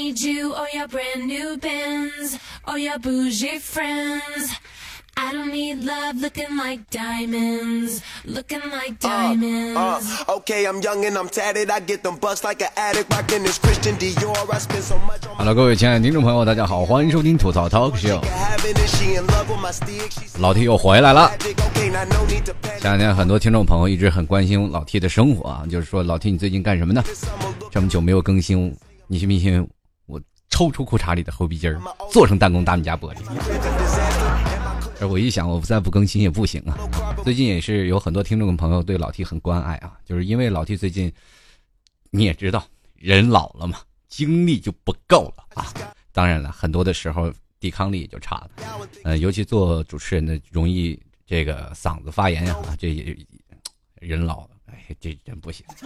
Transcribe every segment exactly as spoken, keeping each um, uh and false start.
need you or your brand new Benz or your bougie friends. I don't need love looking like diamonds, looking like diamonds. Uh, uh, okay, I'm young and I'm tatted. I get them bucks like an addict, rocking this Christian Dior. I spend so much on. Hello， 各位亲爱的听众朋友，大家好，欢迎收听吐槽 Talk Show。老 T 又回来了。前两天很多听众朋友一直很关心老 T 的生活啊，就是说老 T 你最近干什么呢？这么久没有更新，你信不信我抽出裤衩里的后鼻筋儿，做成弹弓打你家玻璃？而我一想，我再不更新也不行啊。最近也是有很多听众朋友对老 T 很关爱啊，就是因为老 T 最近你也知道，人老了嘛，精力就不够了啊。当然了，很多的时候抵抗力也就差了。呃，尤其做主持人的容易这个嗓子发炎呀、啊，这也人老了，哎，这真不行。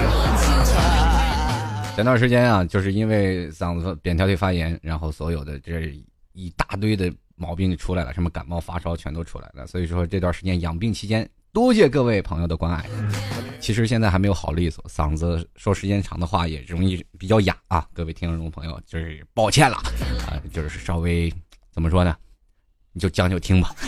前段时间啊，就是因为嗓子扁桃体发炎，然后所有的这一大堆的毛病就出来了，什么感冒发烧全都出来了。所以说这段时间养病期间，多谢各位朋友的关爱。其实现在还没有好利索，嗓子说时间长的话也容易比较哑啊。各位听众朋友，就是抱歉了啊，就是稍微怎么说呢，你就将就听吧。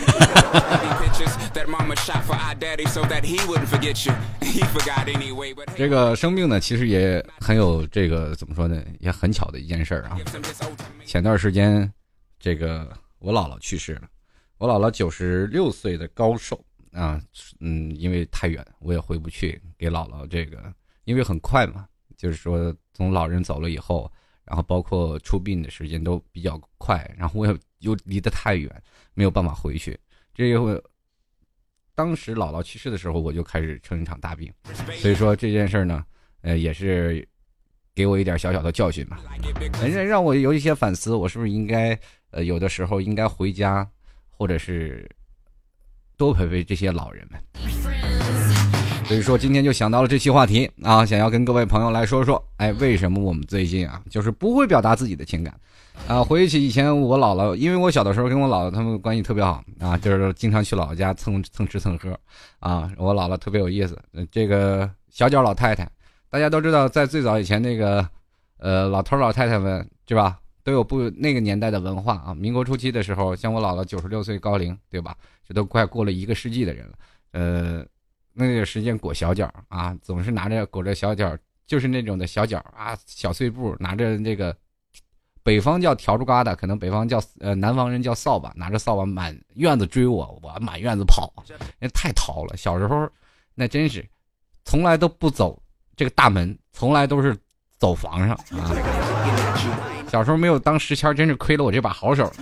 这个生病呢，其实也很有这个怎么说呢，也很巧的一件事儿啊。前段时间这个我姥姥去世了，我姥姥九十六岁的高寿啊，嗯，因为太远我也回不去，给姥姥这个，因为很快嘛，就是说从老人走了以后，然后包括出殡的时间都比较快，然后我也又离得太远，没有办法回去。这一回，当时姥姥去世的时候，我就开始生一场大病，所以说这件事呢，呃，也是给我一点小小的教训吧，让让我有一些反思，我是不是应该。呃，有的时候应该回家，或者是多陪陪这些老人们。所以说今天就想到了这期话题啊，想要跟各位朋友来说说，哎，为什么我们最近啊，就是不会表达自己的情感啊？回忆起以前我姥姥，因为我小的时候跟我姥姥他们关系特别好啊，就是经常去姥姥家蹭蹭吃蹭喝啊。我姥姥特别有意思，这个小脚老太太，大家都知道，在最早以前那个呃老头老太太们，对吧？都有不那个年代的文化啊，民国初期的时候，像我姥姥九十六岁高龄，对吧？这都快过了一个世纪的人了，呃，那个时间裹小脚啊，总是拿着裹着小脚，就是那种的小脚啊，小碎步，拿着这个北方叫笤帚疙瘩，可能北方叫呃南方人叫扫把，拿着扫把满院子追我，我满院子跑，那太淘了。小时候那真是从来都不走这个大门，从来都是走房上啊。小时候没有当时签，真是亏了我这把好手。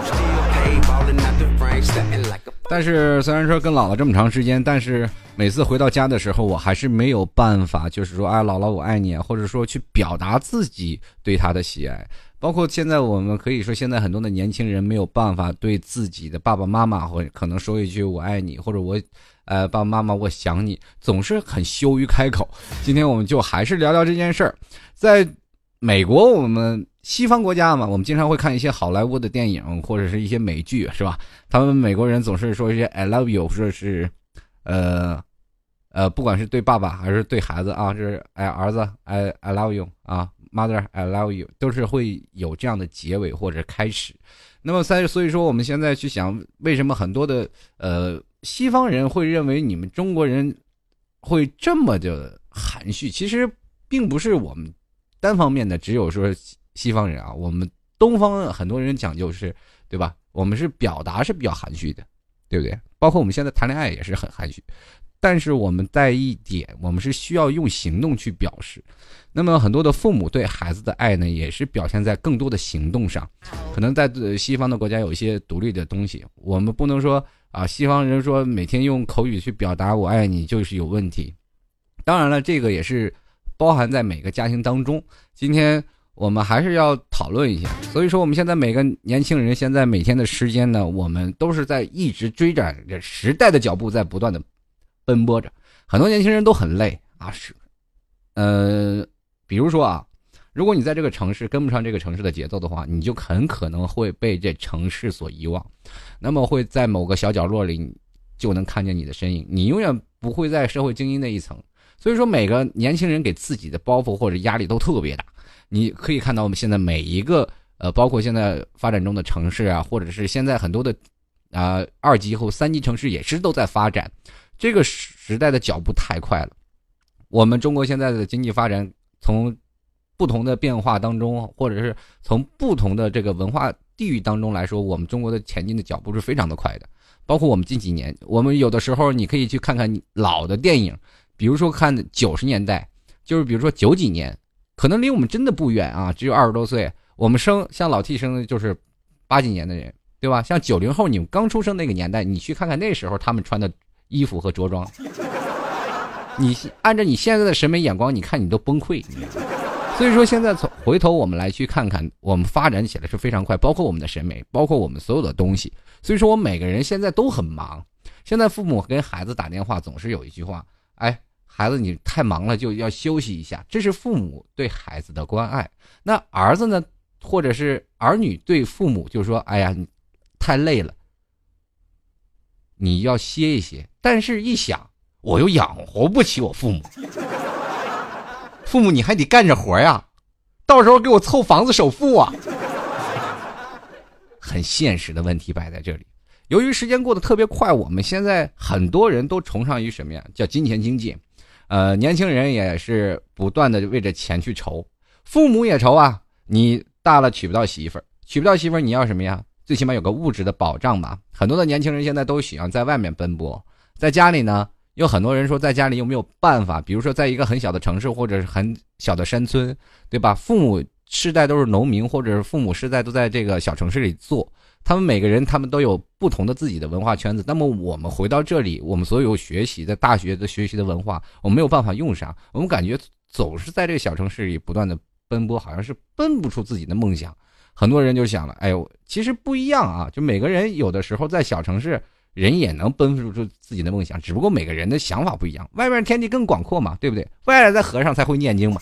但是虽然说跟姥姥这么长时间，但是每次回到家的时候，我还是没有办法，就是说，哎，姥姥我爱你啊，或者说去表达自己对她的喜爱。包括现在我们可以说，现在很多的年轻人没有办法对自己的爸爸妈妈，或者可能说一句我爱你，或者我呃爸爸妈妈我想你，总是很羞于开口。今天我们就还是聊聊这件事儿。在美国，我们西方国家嘛，我们经常会看一些好莱坞的电影或者是一些美剧，是吧？他们美国人总是说一些 I love you， 说是呃呃，不管是对爸爸还是对孩子啊，是哎儿子 I I love you 啊 ，mother I love you， 都是会有这样的结尾或者开始。那么在所以说，我们现在去想，为什么很多的呃西方人会认为你们中国人会这么的含蓄？其实并不是我们单方面的，只有说西方人啊，我们东方很多人讲究是，对吧？我们是表达是比较含蓄的，对不对？包括我们现在谈恋爱也是很含蓄，但是我们在一点，我们是需要用行动去表示。那么很多的父母对孩子的爱呢，也是表现在更多的行动上。可能在西方的国家有一些独立的东西，我们不能说啊，西方人说每天用口语去表达我爱你就是有问题。当然了，这个也是包含在每个家庭当中。今天我们还是要讨论一下，所以说我们现在每个年轻人现在每天的时间呢，我们都是在一直追赶着时代的脚步，在不断的奔波着。很多年轻人都很累啊，是，呃，比如说啊，如果你在这个城市跟不上这个城市的节奏的话，你就很可能会被这城市所遗忘，那么会在某个小角落里就能看见你的身影，你永远不会在社会精英那一层。所以说每个年轻人给自己的包袱或者压力都特别大， 你可以看到我们现在每一个呃，包括现在发展中的城市啊，或者是现在很多的啊、呃、二级后三级城市也是都在发展，这个时代的脚步太快了。我们中国现在的经济发展从不同的变化当中，或者是从不同的这个文化地域当中来说，我们中国的前进的脚步是非常的快的。包括我们近几年，我们有的时候你可以去看看老的电影，比如说看九十年代，就是比如说九几年，可能离我们真的不远啊，只有二十多岁。我们生像老 T 生的就是八几年的人，对吧？像九零后，你们刚出生那个年代，你去看看那时候他们穿的衣服和着装，你按照你现在的审美眼光，你看你都崩溃。所以说现在从回头我们来去看看，我们发展起来是非常快，包括我们的审美，包括我们所有的东西。所以说我们每个人现在都很忙。现在父母跟孩子打电话总是有一句话，哎，孩子你太忙了就要休息一下，这是父母对孩子的关爱。那儿子呢，或者是儿女对父母就说，哎呀你太累了，你要歇一歇。但是一想，我又养活不起我父母，父母你还得干着活呀，到时候给我凑房子首付啊。很现实的问题摆在这里。由于时间过得特别快，我们现在很多人都崇尚于什么呀？叫金钱经济。呃，年轻人也是不断的为着钱去愁，父母也愁啊。你大了娶不到媳妇儿，娶不到媳妇儿你要什么呀？最起码有个物质的保障吧。很多的年轻人现在都喜欢在外面奔波，在家里呢，有很多人说在家里有没有办法？比如说在一个很小的城市或者是很小的山村，对吧？父母世代都是农民，或者是父母世代都在这个小城市里做，他们每个人他们都有不同的自己的文化圈子。那么我们回到这里，我们所有学习的大学的学习的文化，我们没有办法用上，我们感觉总是在这个小城市里不断的奔波，好像是奔不出自己的梦想。很多人就想了，哎呦，其实不一样啊，就每个人有的时候在小城市人也能奔出出自己的梦想，只不过每个人的想法不一样。外面天地更广阔嘛，对不对？外来的和尚才会念经嘛。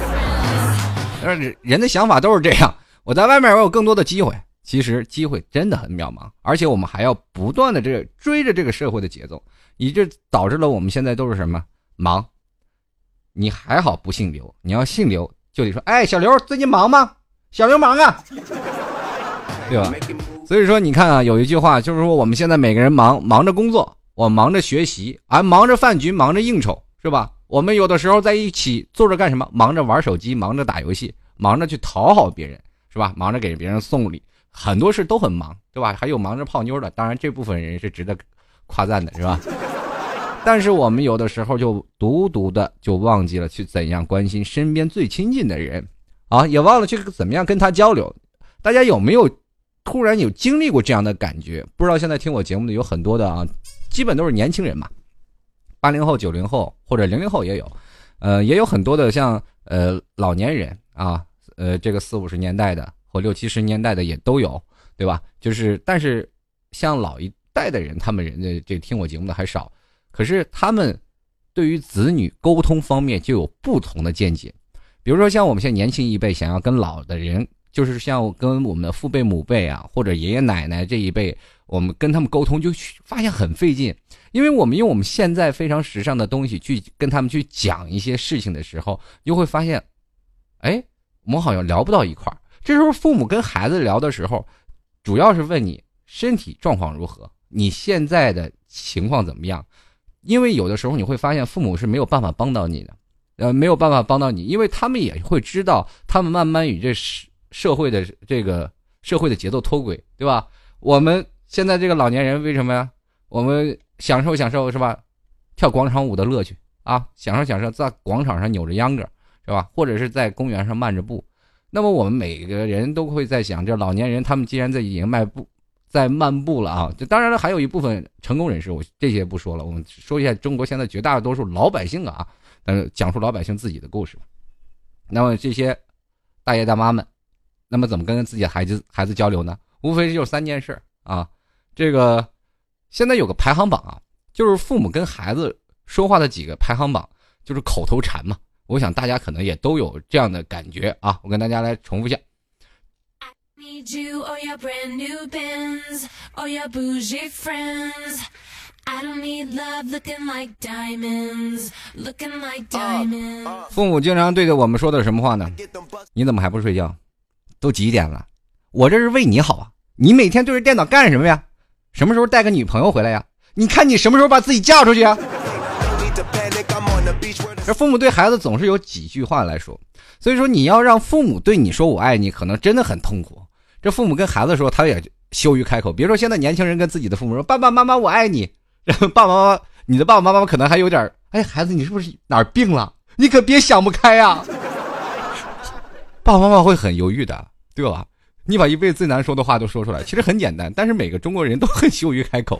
人的想法都是这样，我在外面我有更多的机会，其实机会真的很渺茫，而且我们还要不断的这个追着这个社会的节奏，以致导致了我们现在都是什么忙。你还好不姓刘，你要姓刘就得说，哎，小刘最近忙吗？小刘忙啊，对吧？所以说你看啊，有一句话就是说，我们现在每个人忙忙着工作，我忙着学习，啊，忙着饭局，忙着应酬，是吧？我们有的时候在一起坐着干什么？忙着玩手机，忙着打游戏，忙着去讨好别人，是吧？忙着给别人送礼，很多事都很忙，对吧？还有忙着泡妞的，当然这部分人是值得夸赞的，是吧？但是我们有的时候就独独的就忘记了去怎样关心身边最亲近的人啊，也忘了去怎么样跟他交流。大家有没有突然有经历过这样的感觉？不知道现在听我节目的有很多的啊，基本都是年轻人嘛，八零后、九零后或者零零后也有，呃，也有很多的像呃老年人啊，呃，这个四五十年代的或六七十年代的也都有，对吧？就是，但是像老一代的人，他们人的这听我节目的还少，可是他们对于子女沟通方面就有不同的见解。比如说像我们现在年轻一辈想要跟老的人，就是像跟我们的父辈母辈啊，或者爷爷奶奶这一辈，我们跟他们沟通就发现很费劲，因为我们用我们现在非常时尚的东西去跟他们去讲一些事情的时候，就会发现，哎，我们好像聊不到一块儿。这时候父母跟孩子聊的时候，主要是问你身体状况如何，你现在的情况怎么样？因为有的时候你会发现父母是没有办法帮到你的，呃，没有办法帮到你，因为他们也会知道，他们慢慢与这社会的这个社会的节奏脱轨，对吧？我们现在这个老年人为什么呀？我们享受享受是吧？跳广场舞的乐趣啊，享受享受在广场上扭着秧歌是吧？或者是在公园上漫着步。那么我们每个人都会在想，这老年人他们既然在已经迈步在漫步了啊，这当然了，还有一部分成功人士，我这些不说了，我们说一下中国现在绝大多数老百姓啊，呃，讲述老百姓自己的故事。那么这些大爷大妈们，那么怎么跟自己的孩子孩子交流呢？无非就是三件事啊。这个现在有个排行榜啊，就是父母跟孩子说话的几个排行榜，就是口头禅嘛。我想大家可能也都有这样的感觉啊，我跟大家来重复一下。 Need you or your brand new Benz or your bougie friends. 父母经常对着我们说的什么话呢？你怎么还不睡觉？都几点了？我这是为你好啊！你每天对着电脑干什么呀？什么时候带个女朋友回来呀？你看你什么时候把自己嫁出去啊？这父母对孩子总是有几句话来说，所以说你要让父母对你说我爱你，可能真的很痛苦。这父母跟孩子说，他也羞于开口。比如说现在年轻人跟自己的父母说爸爸妈妈我爱你，然后爸爸妈妈，你的爸爸妈妈可能还有点，哎，孩子你是不是哪儿病了？你可别想不开呀。爸爸妈妈会很犹豫的，对吧？你把一辈子最难说的话都说出来，其实很简单，但是每个中国人都很羞于开口。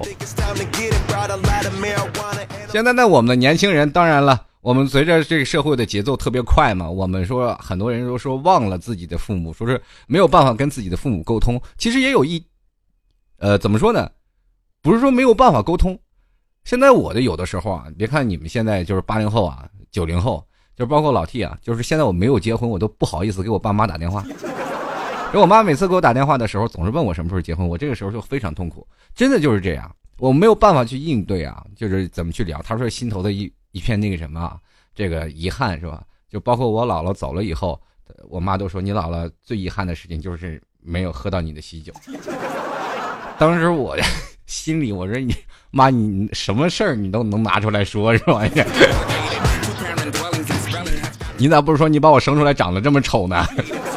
现在呢，我们的年轻人，当然了，我们随着这个社会的节奏特别快嘛，我们说很多人都说忘了自己的父母，说是没有办法跟自己的父母沟通。其实也有一，呃，怎么说呢？不是说没有办法沟通。现在我的有的时候啊，别看你们现在就是八零后啊、九零后，就是包括老 T 啊，就是现在我没有结婚，我都不好意思给我爸妈打电话。因为我妈每次给我打电话的时候，总是问我什么时候结婚，我这个时候就非常痛苦，真的就是这样，我没有办法去应对啊，就是怎么去聊。她说心头的一一片那个什么啊，这个遗憾是吧？就包括我姥姥走了以后，我妈都说你姥姥最遗憾的事情就是没有喝到你的喜酒。当时我心里我说你妈，你什么事儿你都能拿出来说是吧？你咋不是说你把我生出来长得这么丑呢？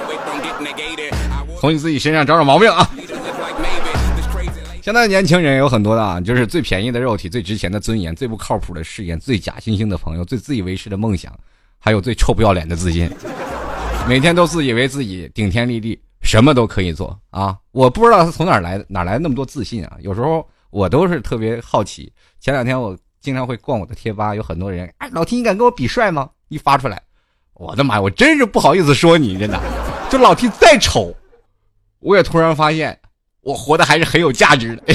从你自己身上找找毛病啊！现在年轻人有很多的啊，就是最便宜的肉体、最值钱的尊严、最不靠谱的誓言、最假惺惺的朋友、最自以为是的梦想，还有最臭不要脸的自信。每天都自以为自己顶天立地，什么都可以做啊！我不知道他从哪儿来哪儿来那么多自信啊！有时候我都是特别好奇。前两天我经常会逛我的贴吧，有很多人，哎，老 T 你敢跟我比帅吗？一发出来，我的妈呀，我真是不好意思说你，真的，就老 T 再丑。我也突然发现我活得还是很有价值的。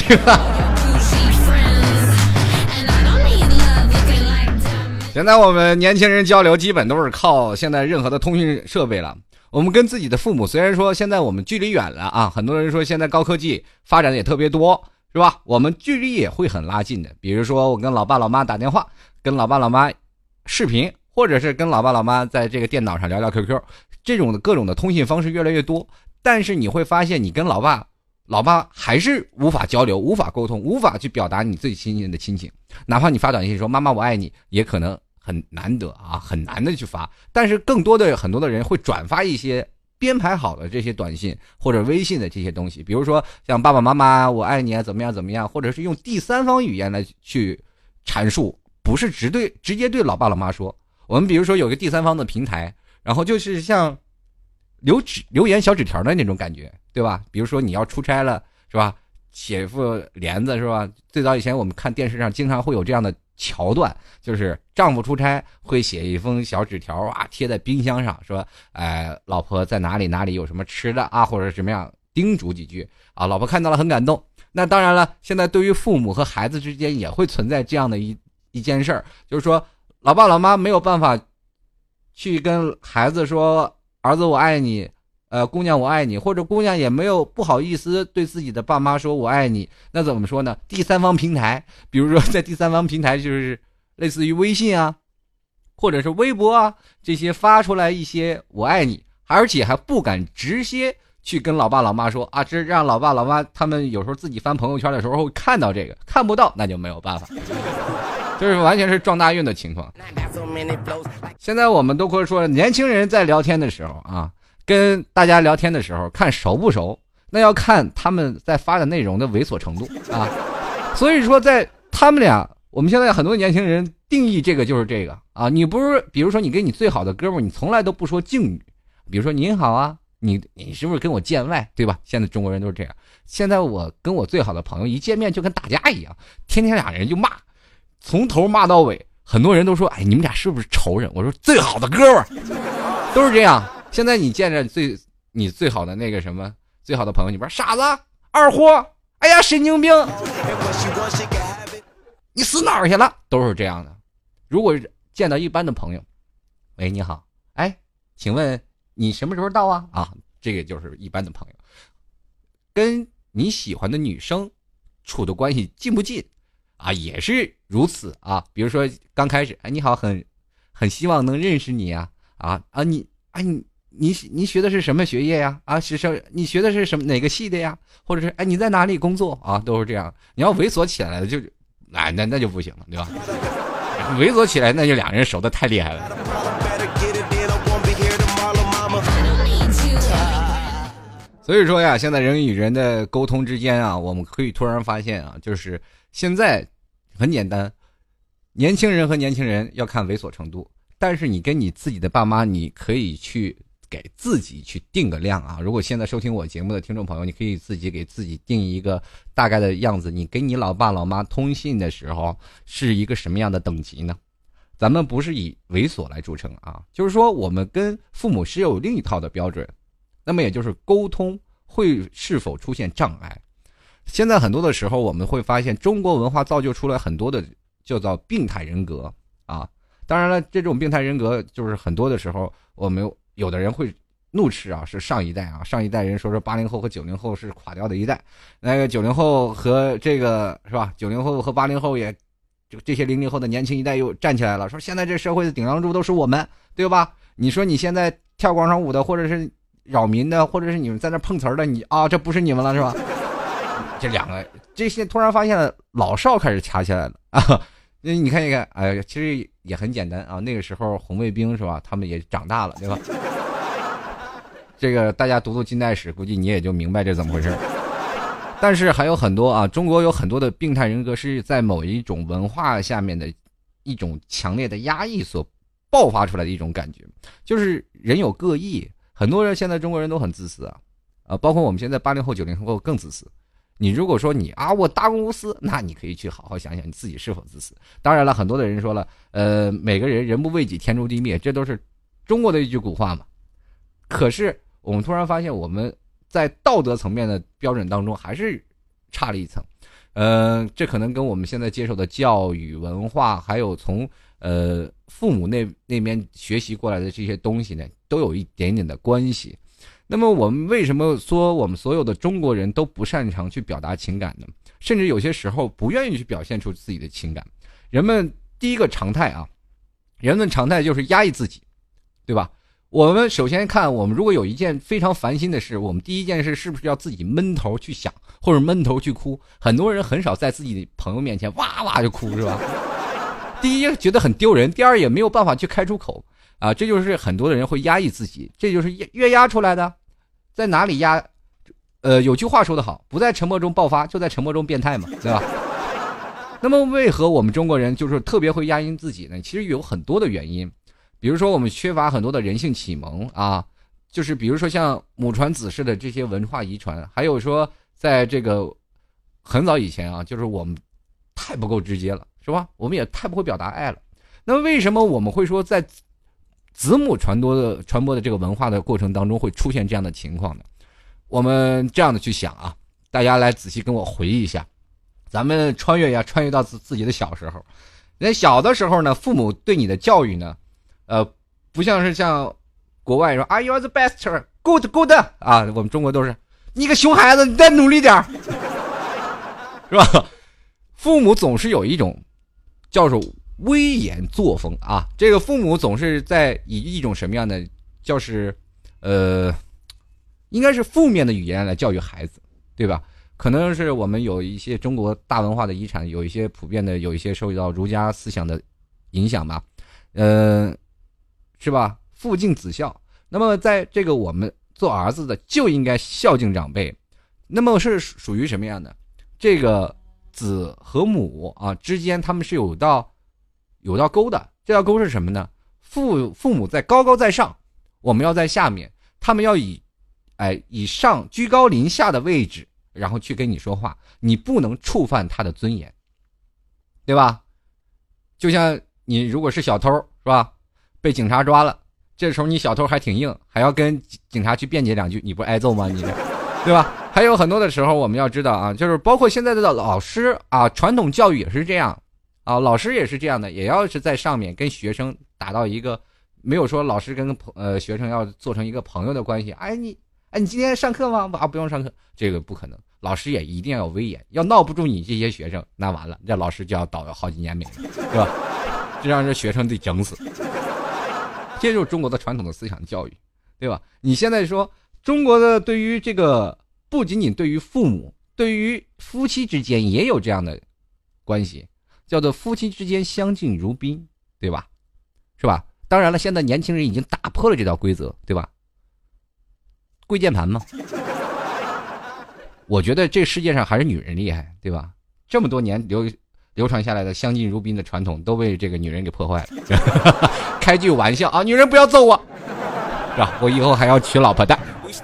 现在我们年轻人交流基本都是靠现在任何的通讯设备了。我们跟自己的父母虽然说现在我们距离远了啊，很多人说现在高科技发展的也特别多，是吧？我们距离也会很拉近的。比如说我跟老爸老妈打电话，跟老爸老妈视频，或者是跟老爸老妈在这个电脑上聊聊 Q Q， 这种的各种的通信方式越来越多。但是你会发现你跟老爸老爸还是无法交流，无法沟通，无法去表达你最亲近的亲情。哪怕你发短信说妈妈我爱你，也可能很难得啊，很难的去发。但是更多的很多的人会转发一些编排好的这些短信或者微信的这些东西，比如说像爸爸妈妈我爱你啊，怎么样怎么样，或者是用第三方语言来去阐述，不是直对直接对老爸老妈说。我们比如说有个第三方的平台，然后就是像留纸留言小纸条的那种感觉，对吧？比如说你要出差了，是吧？写副帘子，是吧？最早以前我们看电视上经常会有这样的桥段，就是丈夫出差会写一封小纸条啊，贴在冰箱上，说，哎，老婆在哪里哪里有什么吃的啊，或者怎么样，叮嘱几句啊，老婆看到了很感动。那当然了，现在对于父母和孩子之间也会存在这样的一一件事儿，就是说老爸老妈没有办法去跟孩子说儿子我爱你，呃，姑娘我爱你，或者姑娘也没有不好意思对自己的爸妈说我爱你，那怎么说呢？第三方平台，比如说在第三方平台，就是类似于微信啊，或者是微博啊，这些发出来一些我爱你，而且还不敢直接去跟老爸老妈说啊，这让老爸老妈他们有时候自己翻朋友圈的时候会看到这个，看不到那就没有办法。就是完全是撞大运的情况。现在我们都会说，年轻人在聊天的时候啊，跟大家聊天的时候，看熟不熟，那要看他们在发的内容的猥琐程度啊。所以说，在他们俩，我们现在很多年轻人定义这个就是这个啊。你不是，比如说你跟你最好的哥们儿，你从来都不说敬语，比如说您好啊，你你是不是跟我见外，对吧？现在中国人都是这样。现在我跟我最好的朋友一见面就跟打架一样，天天俩人就骂。从头骂到尾，很多人都说，哎，你们俩是不是仇人？我说最好的哥们儿都是这样。现在你见着最你最好的那个什么最好的朋友，你不是傻子二货，哎呀神经病，你死哪儿去了？都是这样的。如果见到一般的朋友，喂你好，哎，请问你什么时候到啊？啊，这个就是一般的朋友。跟你喜欢的女生处的关系近不近啊，也是如此啊。比如说刚开始，哎，你好，很很希望能认识你啊，啊啊，你啊你你你学的是什么学业呀？啊，是什你学的是什么哪个系的呀？或者是哎你在哪里工作啊？都是这样。你要猥琐起来了就，哎那那就不行了，对吧？猥琐起来那就两人熟的太厉害了。所以说呀，现在人与人的沟通之间啊，我们可以突然发现啊，就是现在很简单，年轻人和年轻人要看猥琐程度，但是你跟你自己的爸妈，你可以去给自己去定个量啊。如果现在收听我节目的听众朋友，你可以自己给自己定一个大概的样子，你跟你老爸老妈通信的时候是一个什么样的等级呢？咱们不是以猥琐来著称啊，就是说我们跟父母是有另一套的标准，那么也就是沟通会是否出现障碍。现在很多的时候我们会发现中国文化造就出来很多的叫做病态人格啊。当然了，这种病态人格就是很多的时候我们有的人会怒斥啊，是上一代啊，上一代人说说八零后和九零后是垮掉的一代，那个九零后和这个是吧？九零后和八零后也就这些零零后的年轻一代又站起来了，说现在这社会的顶梁柱都是我们，对吧？你说你现在跳广场舞的，或者是扰民的，或者是你们在那碰瓷儿的，你啊，这不是你们了是吧？这两个这些突然发现了老少开始掐起来了啊！你看一看，哎，其实也很简单啊。那个时候红卫兵是吧？他们也长大了，对吧？这个大家读读近代史，估计你也就明白这怎么回事。但是还有很多啊，中国有很多的病态人格是在某一种文化下面的一种强烈的压抑所爆发出来的一种感觉，就是人有各异。很多人现在中国人都很自私啊，啊，包括我们现在八零后、九零后更自私。你如果说你啊，我大公无私，那你可以去好好想想你自己是否自私。当然了，很多的人说了，呃，每个人人不为己，天诛地灭，这都是中国的一句古话嘛。可是我们突然发现，我们在道德层面的标准当中还是差了一层。呃，这可能跟我们现在接受的教育文化，还有从呃父母那那边学习过来的这些东西呢，都有一点点的关系。那么我们为什么说我们所有的中国人都不擅长去表达情感呢？甚至有些时候不愿意去表现出自己的情感。人们第一个常态啊，人们常态就是压抑自己，对吧？我们首先看，我们如果有一件非常烦心的事，我们第一件事是不是要自己闷头去想，或者闷头去哭？很多人很少在自己的朋友面前哇哇就哭，是吧？第一觉得很丢人，第二也没有办法去开出口啊，这就是很多的人会压抑自己，这就是越压出来的。在哪里压？呃，有句话说得好，不在沉默中爆发，就在沉默中变态嘛，对吧？那么为何我们中国人就是特别会压抑自己呢？其实有很多的原因。比如说我们缺乏很多的人性启蒙啊，就是比如说像母传子式的这些文化遗传，还有说在这个很早以前啊，就是我们太不够直接了，是吧？我们也太不会表达爱了。那么为什么我们会说在子母传播的传播的这个文化的过程当中会出现这样的情况呢？我们这样的去想啊，大家来仔细跟我回忆一下，咱们穿越呀，穿越到自自己的小时候。人小的时候呢，父母对你的教育呢，呃，不像是像国外说 "Are you the best? Good, good" 啊，我们中国都是你个熊孩子，你再努力点是吧？父母总是有一种叫做威严作风啊，这个父母总是在以一种什么样的，就是呃，应该是负面的语言来教育孩子，对吧？可能是我们有一些中国大文化的遗产，有一些普遍的，有一些受到儒家思想的影响吧，呃，是吧？父敬子孝。那么在这个我们做儿子的就应该孝敬长辈。那么是属于什么样的？这个子和母啊之间他们是有道有道沟的。这道沟是什么呢？父父母在高高在上，我们要在下面，他们要以哎以上居高临下的位置，然后去跟你说话，你不能触犯他的尊严，对吧？就像你如果是小偷，是吧？被警察抓了，这时候你小偷还挺硬，还要跟警察去辩解两句，你不挨揍吗？你对吧？还有很多的时候我们要知道啊，就是包括现在的老师啊，传统教育也是这样啊，老师也是这样的，也要是在上面跟学生达到一个，没有说老师跟呃学生要做成一个朋友的关系。哎，你哎你今天上课吗？啊，不用上课，这个不可能。 老师也一定要有威严，要闹不住你这些学生，那完了，这老师就要倒好几年霉，对吧？这让这学生得整死。这就是中国的传统的思想教育，对吧？你现在说中国的对于这个不仅仅对于父母，对于夫妻之间也有这样的关系，叫做夫妻之间相敬如宾，对吧？是吧？当然了，现在年轻人已经打破了这条规则，对吧？跪键盘吗？我觉得这世界上还是女人厉害，对吧？这么多年流流传下来的相敬如宾的传统都被这个女人给破坏了。开句玩笑啊，女人不要揍我，是吧？我以后还要娶老婆的。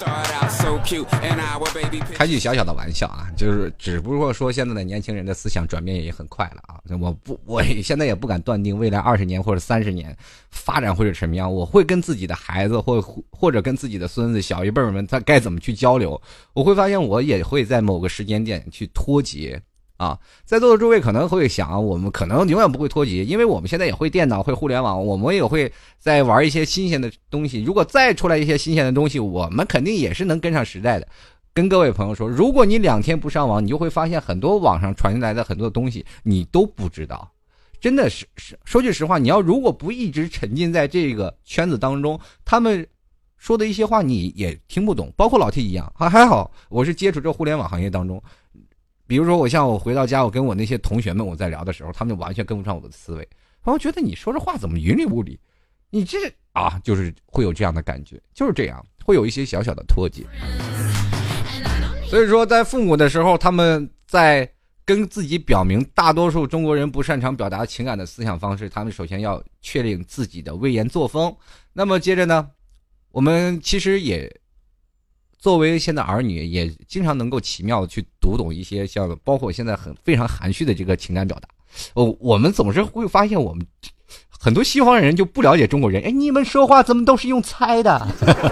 开句小小的玩笑啊，就是只不过说现在的年轻人的思想转变也很快了啊。我不，我现在也不敢断定未来二十年或者三十年发展会是什么样。我会跟自己的孩子或或者跟自己的孙子小一辈们，他该怎么去交流？我会发现我也会在某个时间点去脱节。啊，在座的诸位可能会想，我们可能永远不会脱节，因为我们现在也会电脑，会互联网，我们也会在玩一些新鲜的东西。如果再出来一些新鲜的东西，我们肯定也是能跟上时代的。跟各位朋友说，如果你两天不上网，你就会发现很多网上传来的很多东西你都不知道。真的是，说句实话，你要如果不一直沉浸在这个圈子当中，他们说的一些话你也听不懂，包括老 T 一样，还还好，我是接触这互联网行业当中。比如说我像我回到家，我跟我那些同学们我在聊的时候，他们就完全跟不上我的思维，我觉得你说这话怎么云里雾里，你这啊就是会有这样的感觉，就是这样会有一些小小的脱节。所以说在父母的时候，他们在跟自己表明大多数中国人不擅长表达情感的思想方式，他们首先要确定自己的威严作风。那么接着呢，我们其实也作为现在儿女，也经常能够奇妙的去读懂一些像包括现在很非常含蓄的这个情感表达。哦，我们总是会发现我们很多西方人就不了解中国人，哎，你们说话怎么都是用猜的？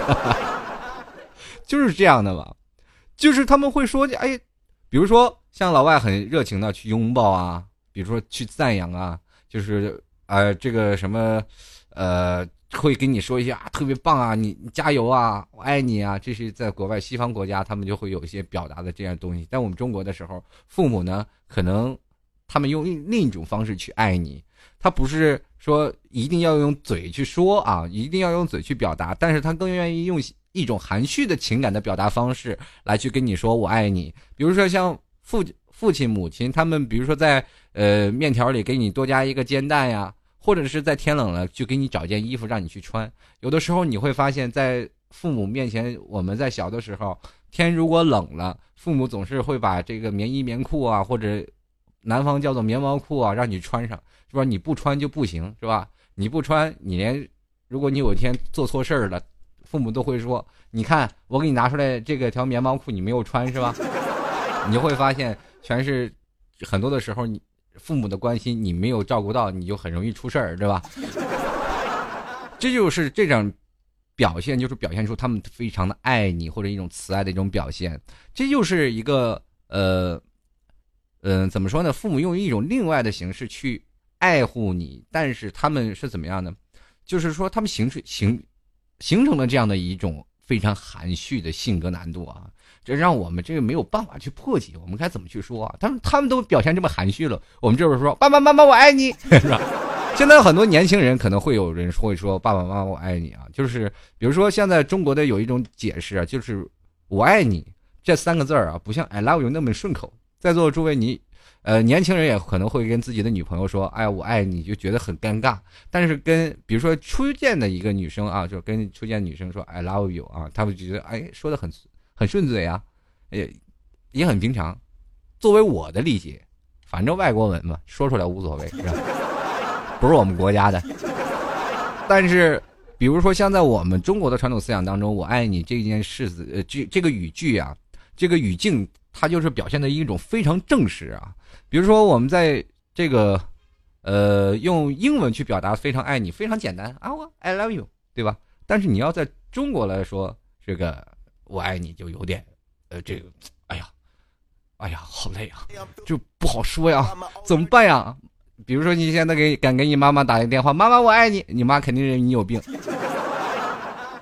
就是这样的吧，就是他们会说，哎，比如说像老外很热情的去拥抱啊，比如说去赞扬啊，就是呃这个什么呃。会跟你说一些啊特别棒啊，你你加油啊，我爱你啊，这是在国外西方国家他们就会有一些表达的这样东西。但我们中国的时候，父母呢可能他们用另一种方式去爱你，他不是说一定要用嘴去说啊，一定要用嘴去表达，但是他更愿意用一种含蓄的情感的表达方式来去跟你说我爱你。比如说像父父亲母亲他们，比如说在呃面条里给你多加一个煎蛋呀，或者是在天冷了就给你找件衣服让你去穿。有的时候你会发现在父母面前，我们在小的时候天如果冷了，父母总是会把这个棉衣棉裤啊，或者南方叫做棉毛裤啊让你穿上，是吧？你不穿就不行，是吧？你不穿，你连如果你有一天做错事儿了，父母都会说，你看我给你拿出来这个条棉毛裤你没有穿，是吧？你就会发现全是很多的时候你父母的关心你没有照顾到，你就很容易出事儿，对吧？这就是这种表现，就是表现出他们非常的爱你，或者一种慈爱的一种表现。这就是一个呃嗯、呃，怎么说呢？父母用一种另外的形式去爱护你，但是他们是怎么样呢？就是说他们形成形形成了这样的一种非常含蓄的性格难度啊。这让我们这个没有办法去破解，我们该怎么去说啊？他们他们都表现这么含蓄了，我们这边说爸爸妈妈我爱你，是吧？现在很多年轻人可能会有人会说爸爸妈妈我爱你啊，就是比如说现在中国的有一种解释啊，就是我爱你这三个字啊，不像 I love you 那么顺口。在座的诸位，你呃年轻人也可能会跟自己的女朋友说，哎呀我爱你，就觉得很尴尬。但是跟比如说初见的一个女生啊，就跟初见女生说 I love you 啊，他们觉得哎说的很很顺嘴啊，也也很平常。作为我的理解，反正外国文嘛，说出来无所谓，是吧？不是我们国家的。但是比如说像在我们中国的传统思想当中，我爱你这件事子呃这这个语句啊，这个语境它就是表现的一种非常正式啊。比如说我们在这个呃用英文去表达非常爱你，非常简单啊，我 I love you， 对吧？但是你要在中国来说这个我爱你就有点呃这个哎呀哎呀好累啊，就不好说呀，怎么办呀？比如说你现在给敢给你妈妈打一个电话，妈妈我爱你，你妈肯定认为你有病。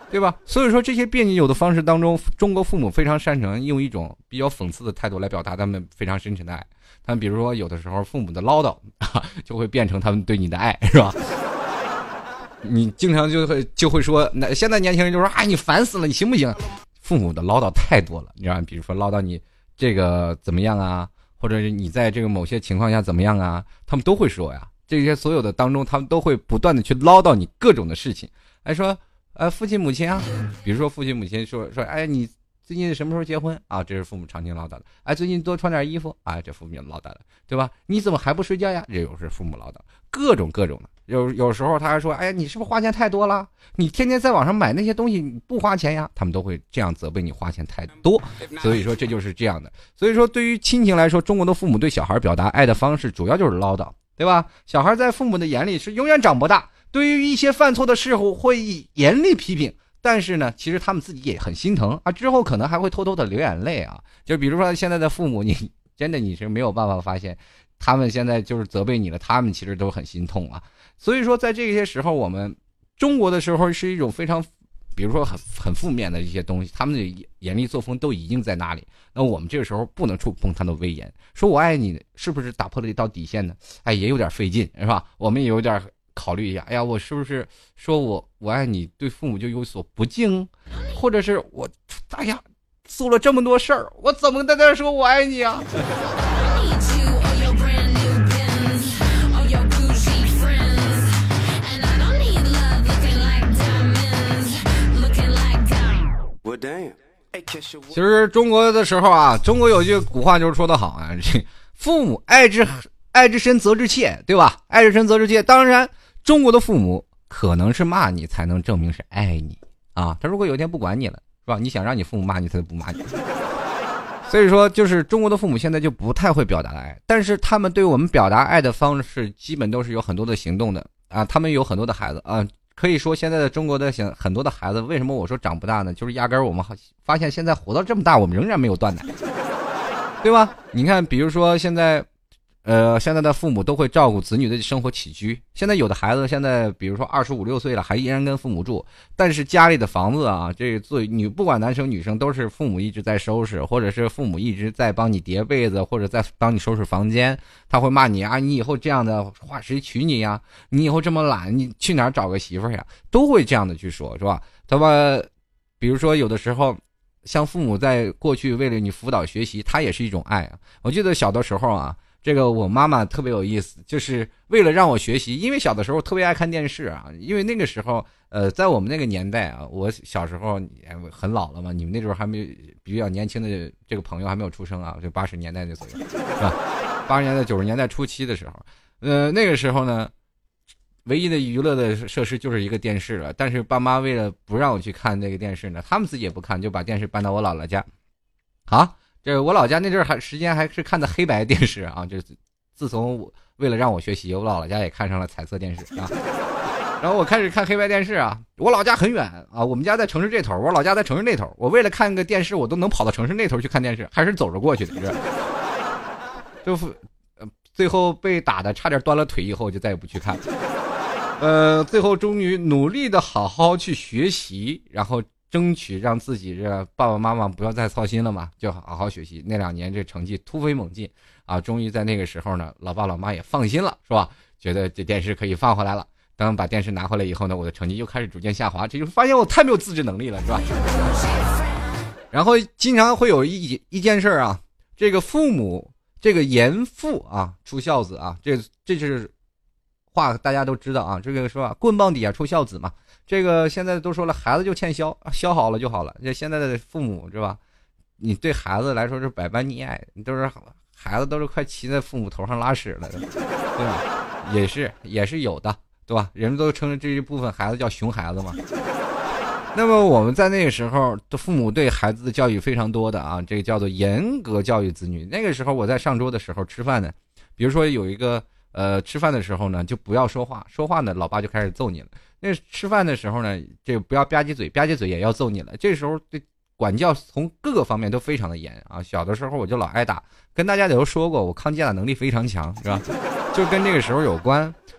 对吧？所以说这些别扭的方式当中，中国父母非常擅长用一种比较讽刺的态度来表达他们非常深沉的爱。他们比如说有的时候父母的唠叨啊，就会变成他们对你的爱，是吧？你经常就会就会说，那现在年轻人就说啊，你烦死了，你行不行？父母的唠叨太多了，你知道，比如说唠叨你这个怎么样啊，或者是你在这个某些情况下怎么样啊，他们都会说呀。这些所有的当中，他们都会不断的去唠叨你各种的事情，来说。呃，父亲母亲啊，比如说父亲母亲说说，哎，你最近什么时候结婚啊？这是父母常听唠叨的。哎，最近多穿点衣服啊，这父母唠叨的，对吧？你怎么还不睡觉呀？这又是父母唠叨，各种各种的。有有时候他还说，哎呀，你是不是花钱太多了？你天天在网上买那些东西，你不花钱呀？他们都会这样责备你花钱太多。所以说这就是这样的。所以说对于亲情来说，中国的父母对小孩表达爱的方式主要就是唠叨，对吧？小孩在父母的眼里是永远长不大。对于一些犯错的事后会严厉批评，但是呢，其实他们自己也很心疼啊，之后可能还会偷偷的流眼泪啊。就比如说现在的父母，你真的你是没有办法发现，他们现在就是责备你了，他们其实都很心痛啊。所以说，在这些时候，我们中国的时候是一种非常，比如说很很负面的一些东西，他们的严厉作风都已经在那里。那我们这个时候不能触碰他的威严，说我爱你，是不是打破了一道底线呢？哎，也有点费劲，是吧？我们也有点。考虑一下，哎呀，我是不是说我我爱你对父母就有所不敬，或者是我，哎呀，做了这么多事儿，我怎么在那说我爱你啊？其实中国的时候啊，中国有句古话就是说得好啊，这父母爱之爱之深责之切，对吧？爱之深责之切，当然。中国的父母可能是骂你才能证明是爱你啊，他如果有一天不管你了，是吧？你想让你父母骂你，他就不骂你。所以说，就是中国的父母现在就不太会表达爱，但是他们对我们表达爱的方式，基本都是有很多的行动的啊。他们有很多的孩子啊，可以说现在的中国的想很多的孩子，为什么我说长不大呢？就是压根儿我们发现现在活到这么大，我们仍然没有断奶，对吧？你看，比如说现在。呃，现在的父母都会照顾子女的生活起居。现在有的孩子现在，比如说二十五六岁了，还依然跟父母住，但是家里的房子啊，这个做女不管男生女生都是父母一直在收拾，或者是父母一直在帮你叠被子，或者在帮你收拾房间。他会骂你啊，你以后这样的话谁娶你呀？你以后这么懒，你去哪儿找个媳妇呀？都会这样的去说，是吧？他们比如说有的时候。像父母在过去为了你辅导学习，他也是一种爱啊。我记得小的时候啊，这个我妈妈特别有意思，就是为了让我学习，因为小的时候特别爱看电视啊。因为那个时候，呃，在我们那个年代啊，我小时候很老了嘛，你们那时候还没比较年轻的这个朋友还没有出生啊，就八十年代那左右，是吧？八十年代九十年代初期的时候，呃，那个时候呢。唯一的娱乐的设施就是一个电视了，但是爸妈为了不让我去看那个电视呢，他们自己也不看，就把电视搬到我姥姥家。啊，这我老家那阵儿还时间还是看的黑白电视啊，就自从我为了让我学习，我姥姥家也看上了彩色电视啊。然后我开始看黑白电视啊，我老家很远啊，我们家在城市这头，我老家在城市那头，我为了看个电视，我都能跑到城市那头去看电视，还是走着过去的，是吧？就最后被打的差点断了腿，以后就再也不去看了。呃，最后终于努力的好好去学习，然后争取让自己这爸爸妈妈不要再操心了嘛，就好好学习。那两年这成绩突飞猛进啊，终于在那个时候呢，老爸老妈也放心了，是吧？觉得这电视可以放回来了。当把电视拿回来以后呢，我的成绩又开始逐渐下滑，这就发现我太没有自制能力了，是吧？然后经常会有一一件事啊，这个父母这个严父啊出孝子啊，这这是。话大家都知道啊，这个说啊，棍棒底下出孝子嘛。这个现在都说了，孩子就欠削，削好了就好了。这现在的父母是吧？你对孩子来说是百般溺爱，你都是孩子都是快骑在父母头上拉屎了，对吧？也是也是有的，对吧？人们都称这一部分孩子叫熊孩子嘛。那么我们在那个时候的父母对孩子的教育非常多的啊，这个叫做严格教育子女。那个时候我在上桌的时候吃饭呢，比如说有一个。呃，吃饭的时候呢，就不要说话，说话呢，老爸就开始揍你了。那吃饭的时候呢，这个不要吧唧嘴，吧唧嘴也要揍你了。这时候对管教从各个方面都非常的严啊。小的时候我就老挨打，跟大家也都说过，我抗击打能力非常强，是吧？就跟这个时候有关。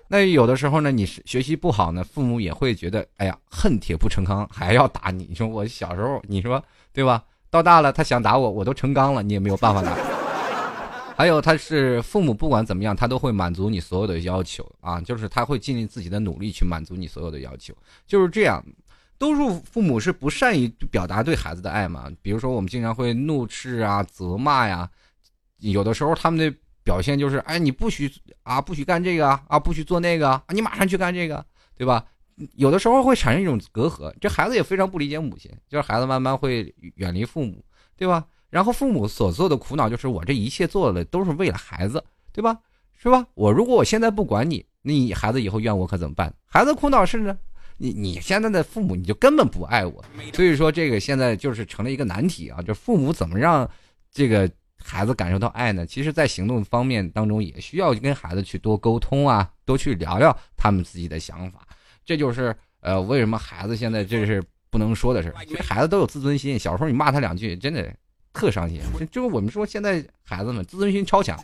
那有的时候呢，你学习不好呢，父母也会觉得，哎呀，恨铁不成钢，还要打你。你说我小时候，你说对吧？到大了，他想打我，我都成钢了，你也没有办法打。还有，他是父母，不管怎么样，他都会满足你所有的要求啊，就是他会尽力自己的努力去满足你所有的要求，就是这样。多数父母是不善于表达对孩子的爱嘛，比如说我们经常会怒斥啊、责骂呀，有的时候他们的表现就是，哎，你不许啊，不许干这个啊，不许做那个啊，你马上去干这个，对吧？有的时候会产生一种隔阂，这孩子也非常不理解母亲，就是孩子慢慢会远离父母，对吧？然后父母所做的苦恼就是我这一切做的都是为了孩子，对吧？是吧？我如果我现在不管你，你孩子以后怨我可怎么办？孩子苦恼是呢，你你现在的父母你就根本不爱我，所以说这个现在就是成了一个难题啊！就父母怎么让这个孩子感受到爱呢？其实在行动方面当中也需要跟孩子去多沟通啊，多去聊聊他们自己的想法。这就是呃为什么孩子现在这是不能说的事，其实孩子都有自尊心，小时候你骂他两句真的特伤心。就是我们说现在孩子们自尊心超强。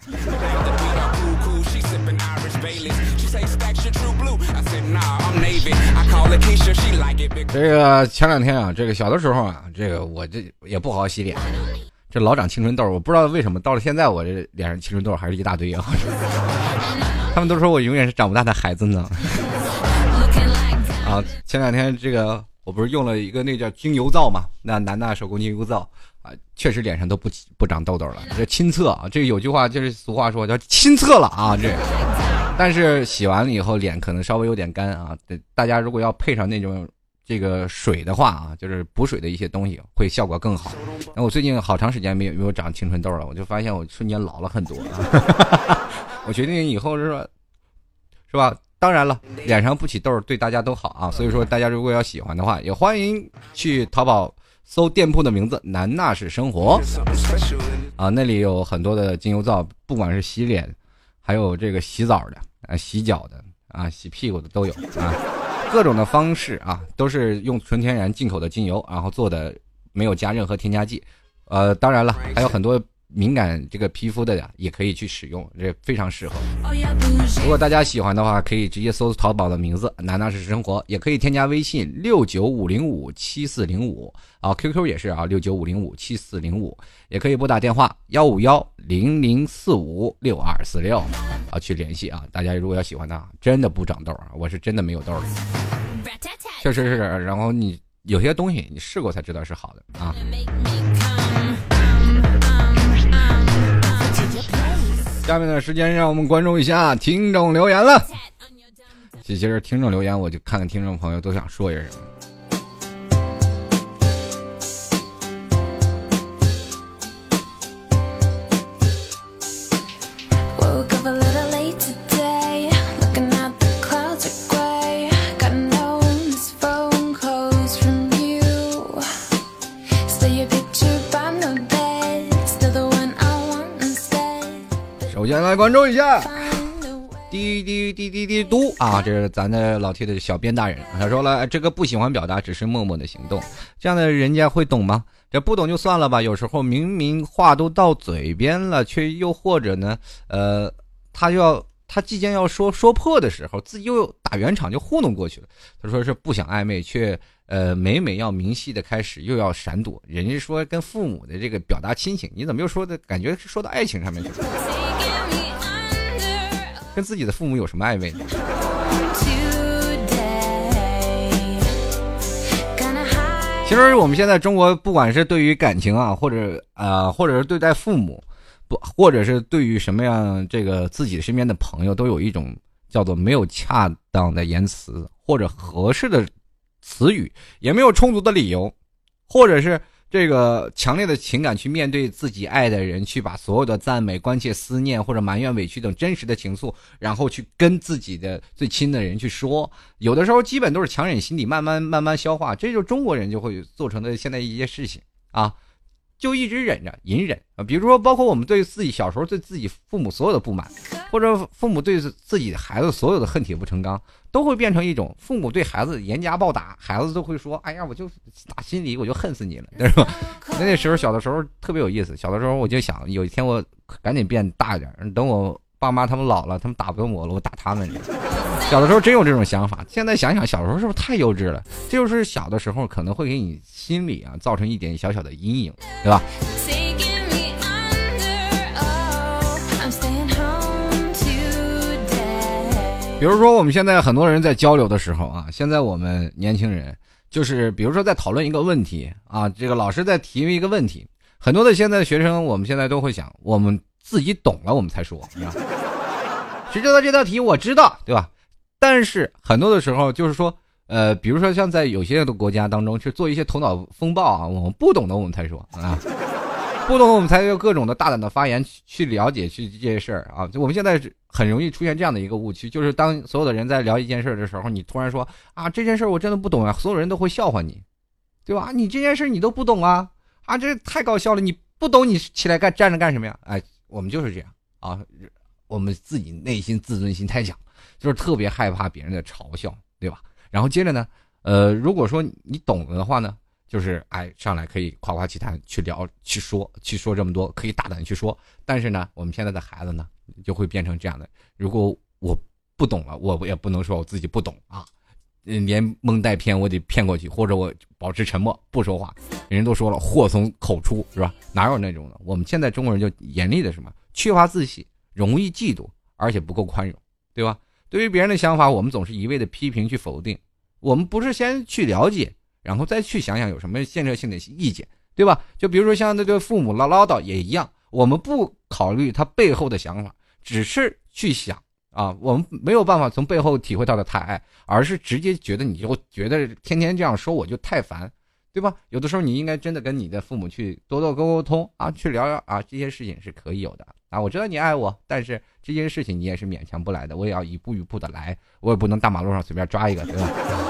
这个前两天啊，这个小的时候啊，这个我这也不好好洗脸，这老长青春痘，我不知道为什么到了现在我这脸上青春痘还是一大堆啊。他们都说我永远是长不大的孩子呢。啊，前两天这个我不是用了一个那叫精油皂嘛，那南大手工精油皂啊，确实脸上都不不长痘痘了，这亲测啊，这有句话就是俗话说叫亲测了啊，这。但是洗完了以后脸可能稍微有点干啊，大家如果要配上那种这个水的话啊，就是补水的一些东西会效果更好。那我最近好长时间没有没有长青春痘了，我就发现我瞬间老了很多啊。我决定以后是说是吧，当然了，脸上不起痘对大家都好啊，所以说大家如果要喜欢的话，也欢迎去淘宝搜店铺的名字南纳式生活啊，那里有很多的精油皂，不管是洗脸还有这个洗澡的啊、洗脚的啊、洗屁股的都有啊，各种的方式啊，都是用纯天然进口的精油，然后做的没有加任何添加剂。呃，当然了，还有很多敏感这个皮肤的呀，也可以去使用，这非常适合。如果大家喜欢的话，可以直接搜淘宝的名字南纳式生活，也可以添加微信六九五零五七四零五啊 ，Q Q 也是啊六九五零五七四零五，也可以拨打电话幺五幺零零四五六二四六啊去联系啊。大家如果要喜欢的，真的不长痘啊，我是真的没有痘的，确实是。然后你有些东西你试过才知道是好的啊。下面的时间让我们关注一下听众留言了。其实听众留言我就看看听众朋友都想说些什么。首先来关注一下滴滴滴滴滴嘟啊，这是咱的老 T 的小编大人，他说了，这个不喜欢表达，只是默默的行动，这样的人家会懂吗？这不懂就算了吧，有时候明明话都到嘴边了，却又或者呢，呃，他就要他即将要说说破的时候，自己又打圆场就糊弄过去了。他说是不想暧昧，却呃每每要明细的开始又要闪躲。人家说跟父母的这个表达亲情，你怎么又说的感觉是说到爱情上面去了？跟自己的父母有什么暧昧呢？其实我们现在中国，不管是对于感情啊，或者啊、呃，或者是对待父母，不，或者是对于什么样这个自己身边的朋友，都有一种叫做没有恰当的言辞，或者合适的词语，也没有充足的理由，或者是这个强烈的情感去面对自己爱的人，去把所有的赞美、关切、思念或者埋怨、委屈等真实的情愫，然后去跟自己的最亲的人去说。有的时候基本都是强忍心底，慢慢慢慢消化，这就是中国人就会做成的现在一些事情啊，就一直忍着隐忍啊。比如说，包括我们对自己小时候对自己父母所有的不满，或者父母对自己的孩子所有的恨铁不成钢，都会变成一种父母对孩子严加暴打，孩子都会说：“哎呀，我就打心里我就恨死你了，对吧？”那那时候小的时候特别有意思，小的时候我就想，有一天我赶紧变大一点，等我爸妈他们老了，他们打不动我了，我打他们去。 小的时候真有这种想法，现在想想小时候是不是太幼稚了？这就是小的时候可能会给你心里啊造成一点小小的阴影，对吧？比如说我们现在很多人在交流的时候啊，现在我们年轻人就是比如说在讨论一个问题啊，这个老师在提一个问题，很多的现在的学生我们现在都会想，我们自己懂了我们才说，谁知道这道题我知道，对吧？但是很多的时候就是说呃，比如说像在有些的国家当中去做一些头脑风暴啊，我们不懂的我们才说啊，不懂我们才有各种的大胆的发言去了解去这些事儿啊。就我们现在很容易出现这样的一个误区，就是当所有的人在聊一件事的时候，你突然说啊这件事我真的不懂啊，所有人都会笑话你，对吧？你这件事你都不懂啊，啊这太搞笑了，你不懂你起来干站着干什么呀？哎，我们就是这样啊，我们自己内心自尊心太强，就是特别害怕别人的嘲笑，对吧？然后接着呢，呃，如果说你懂了的话呢，就是哎上来可以夸夸其谈，去聊，去说，去说这么多，可以大胆去说。但是呢，我们现在的孩子呢，就会变成这样的：如果我不懂了，我也不能说我自己不懂啊，连蒙带骗我得骗过去，或者我保持沉默不说话。人都说了，祸从口出，是吧？哪有那种的？我们现在中国人就严厉的什么，缺乏自信，容易嫉妒，而且不够宽容，对吧？对于别人的想法，我们总是一味的批评去否定，我们不是先去了解，然后再去想想有什么建设性的意见，对吧？就比如说像那个父母唠唠叨也一样，我们不考虑他背后的想法，只是去想啊，我们没有办法从背后体会到的太爱，而是直接觉得你就觉得天天这样说我就太烦，对吧？有的时候你应该真的跟你的父母去多多沟沟通啊，去聊聊啊，这些事情是可以有的啊。我知道你爱我，但是这件事情你也是勉强不来的，我也要一步一步的来，我也不能大马路上随便抓一个，对吧？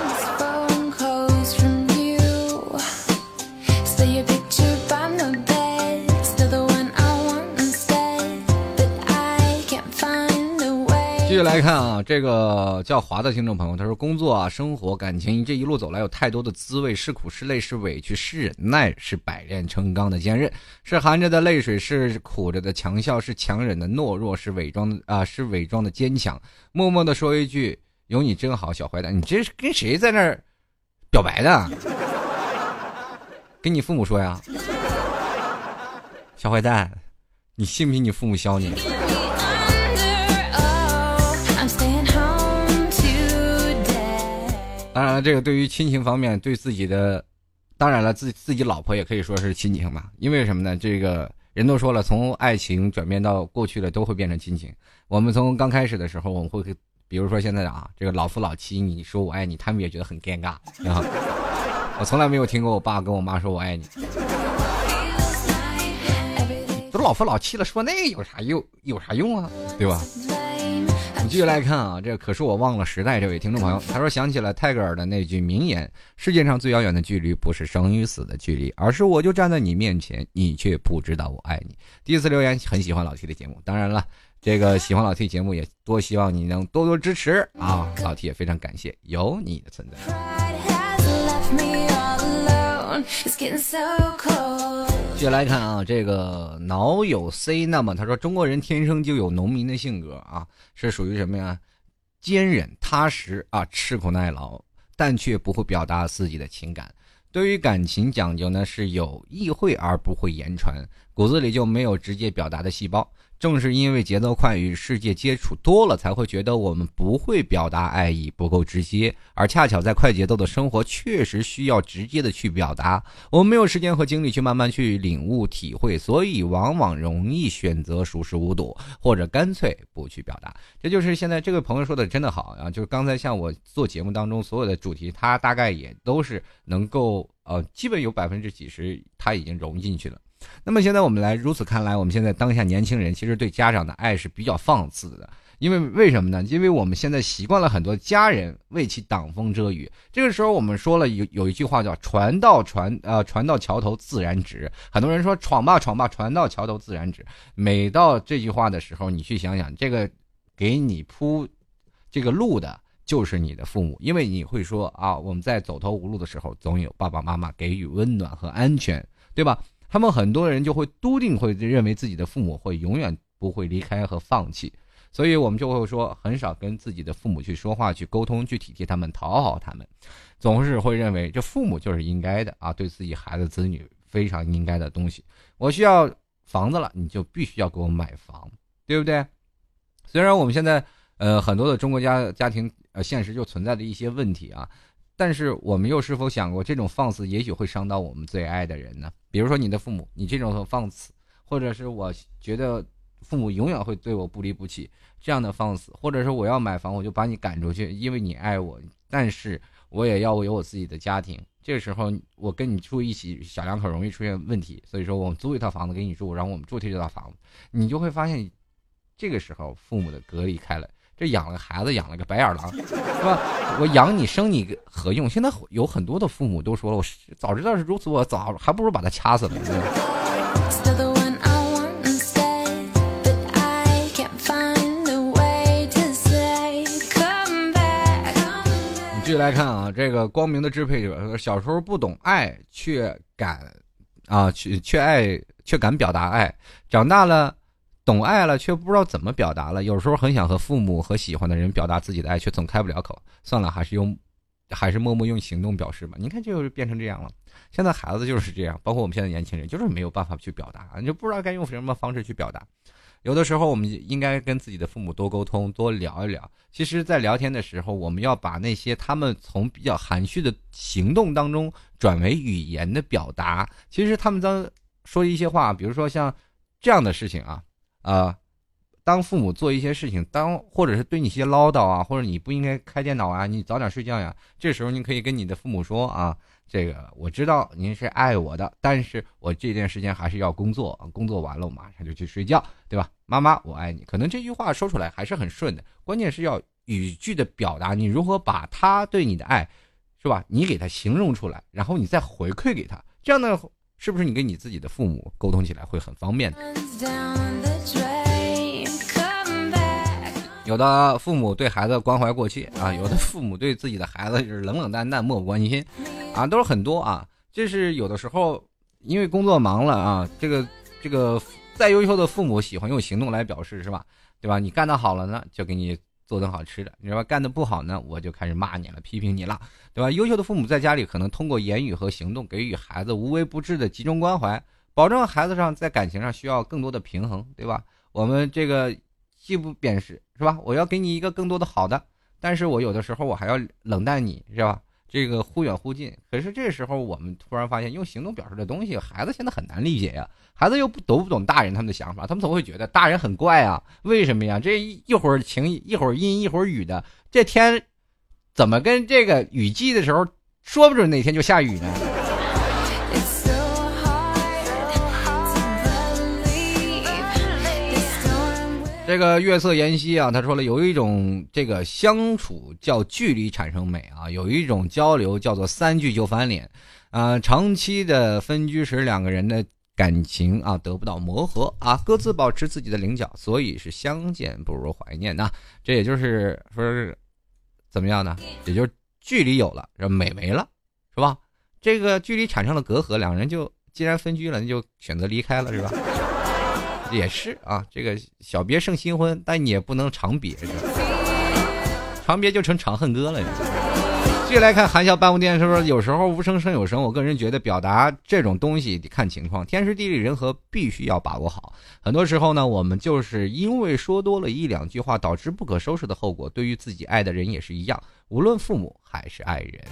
继续来看啊，这个叫华的听众朋友，他说工作啊、生活、感情这一路走来有太多的滋味，是苦是累是委屈是忍耐，是百炼成钢的坚韧，是含着的泪水，是苦着的强笑，是强忍的懦弱，是伪装的啊，是伪装的坚强。默默的说一句有你真好，小坏蛋。你这是跟谁在那儿表白的？跟你父母说呀，小坏蛋，你信不信你父母削你？当然了，这个对于亲情方面，对自己的，当然了，自自己老婆也可以说是亲情嘛。因为什么呢？这个人都说了，从爱情转变到过去的都会变成亲情。我们从刚开始的时候，我们会，比如说现在啊，这个老夫老妻，你说我爱你，他们也觉得很尴尬啊。我从来没有听过我爸跟我妈说我爱你，都老夫老妻了，说那有啥用？有啥用啊？对吧？我们继续来看啊，这可是我忘了时代这位听众朋友，他说想起了泰戈尔的那句名言：世界上最遥远的距离不是生与死的距离，而是我就站在你面前，你却不知道我爱你。第一次留言很喜欢老 T 的节目，当然了，这个喜欢老 T 节目也多希望你能多多支持啊，老 T 也非常感谢有你的存在。继续来看啊，这个脑有 C， 那么他说中国人天生就有农民的性格啊，是属于什么呀？坚忍踏实啊，吃苦耐劳，但却不会表达自己的情感。对于感情讲究呢，是有意会而不会言传，骨子里就没有直接表达的细胞。正是因为节奏快，与世界接触多了，才会觉得我们不会表达爱意，不够直接。而恰巧在快节奏的生活，确实需要直接的去表达。我们没有时间和精力去慢慢去领悟体会，所以往往容易选择熟视无睹，或者干脆不去表达。这就是现在这位朋友说的真的好啊！就是刚才像我做节目当中所有的主题，他大概也都是能够呃，基本有百分之几十他已经融进去了。那么现在我们来如此看来，我们现在当下年轻人其实对家长的爱是比较放肆的，因为为什么呢？因为我们现在习惯了很多家人为其挡风遮雨。这个时候我们说了有有一句话叫船到船呃船到桥头自然直，很多人说闯吧闯吧船到桥头自然直。每到这句话的时候，你去想想，这个给你铺这个路的就是你的父母，因为你会说啊，我们在走投无路的时候，总有爸爸妈妈给予温暖和安全，对吧？他们很多人就会笃定会认为自己的父母会永远不会离开和放弃， 所以我们就会说很少跟自己的父母去说话，去沟通，去体贴他们，讨好他们，总是会认为这父母就是应该的啊，对自己孩子子女非常应该的东西。我需要房子了，你就必须要给我买房，对不对？虽然我们现在呃很多的中国家家庭呃现实就存在的一些问题啊，但是我们又是否想过，这种放肆也许会伤到我们最爱的人呢？比如说你的父母，你这种放肆，或者是我觉得父母永远会对我不离不弃这样的放肆，或者是我要买房我就把你赶出去，因为你爱我，但是我也要有我自己的家庭。这个时候我跟你住一起，小两口容易出现问题，所以说我们租一套房子给你住，然后我们住这套房子，你就会发现这个时候父母的隔离开了，这养了个孩子养了个白眼狼，是吧？我养你生你何用？现在有很多的父母都说了，我早知道是如此，我早还不如把他掐死了。继续来看啊，这个光明的支配者，小时候不懂爱，却敢啊，却却爱，却敢表达爱；长大了，懂爱了，却不知道怎么表达了。有时候很想和父母和喜欢的人表达自己的爱，却总开不了口。算了，还是用，还是默默用行动表示吧。你看，就是变成这样了。现在孩子就是这样，包括我们现在年轻人，就是没有办法去表达，你就不知道该用什么方式去表达。有的时候我们应该跟自己的父母多沟通，多聊一聊。其实在聊天的时候，我们要把那些他们从比较含蓄的行动当中转为语言的表达。其实他们当说一些话，比如说像这样的事情啊，呃，当父母做一些事情，当或者是对你一些唠叨啊，或者你不应该开电脑啊，你早点睡觉呀，这时候你可以跟你的父母说啊，这个我知道您是爱我的，但是我这段时间还是要工作，工作完了我马上就去睡觉，对吧？妈妈我爱你。可能这句话说出来还是很顺的，关键是要语句的表达，你如何把他对你的爱，是吧？你给他形容出来，然后你再回馈给他，这样呢，是不是你跟你自己的父母沟通起来会很方便的？有的父母对孩子关怀过切啊，有的父母对自己的孩子就是冷冷淡淡漠不关心啊，都是很多啊。这是有的时候因为工作忙了啊，这个这个再优秀的父母喜欢用行动来表示，是吧？对吧？你干得好了呢，就给你做顿好吃的，你知道吧？干得不好呢，我就开始骂你了，批评你了，对吧？优秀的父母在家里可能通过言语和行动给予孩子无微不至的集中关怀，保证孩子上在感情上需要更多的平衡，对吧？我们这个既不贬视，是吧？我要给你一个更多的好的，但是我有的时候我还要冷淡你，是吧？这个忽远忽近。可是这时候我们突然发现，用行动表示的东西，孩子现在很难理解呀。孩子又不懂不懂大人他们的想法，他们总会觉得大人很怪啊。为什么呀？这一会儿晴一会儿阴一会儿雨的，这天怎么跟这个雨季的时候，说不准哪天就下雨呢？这个月色妍希啊，他说了，有一种这个相处叫距离产生美啊，有一种交流叫做三句就翻脸啊。长期的分居时，两个人的感情啊得不到磨合啊，各自保持自己的棱角，所以是相见不如怀念呐、啊。这也就是说是怎么样呢？也就是距离有了，美没了，是吧？这个距离产生了隔阂，两人就既然分居了，那就选择离开了，是吧？也是啊，这个小别胜新婚，但你也不能长别着，长别就成长恨歌了。继续来看含笑半步癫说，有时候无声胜有声，我个人觉得表达这种东西得看情况，天时地利人和必须要把握好。很多时候呢，我们就是因为说多了一两句话，导致不可收拾的后果。对于自己爱的人也是一样，无论父母还是爱人。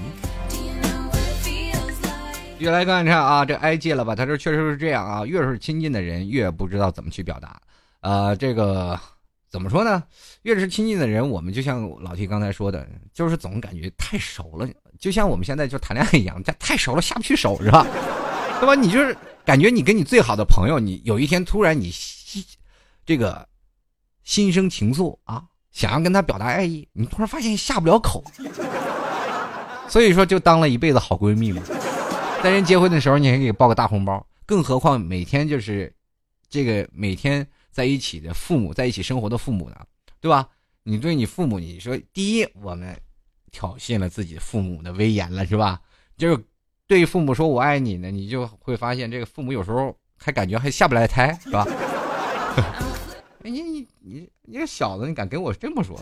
继续来看看啊，这挨戒了吧？他说确实是这样啊，越是亲近的人，越不知道怎么去表达。呃，这个怎么说呢？越是亲近的人，我们就像老 T 刚才说的，就是总感觉太熟了，就像我们现在就谈恋爱一样，太熟了下不去手，是吧？对吧？你就是感觉你跟你最好的朋友，你有一天突然你这个心生情愫啊，想要跟他表达爱意，你突然发现下不了口，所以说就当了一辈子好闺蜜嘛。在人结婚的时候，你还可以包个大红包，更何况每天就是这个每天在一起的父母，在一起生活的父母呢，对吧？你对你父母，你说第一，我们挑衅了自己父母的威严了，是吧？就是对父母说我爱你呢，你就会发现这个父母有时候还感觉还下不来台，是吧？你你你你个小子，你敢跟我这么说？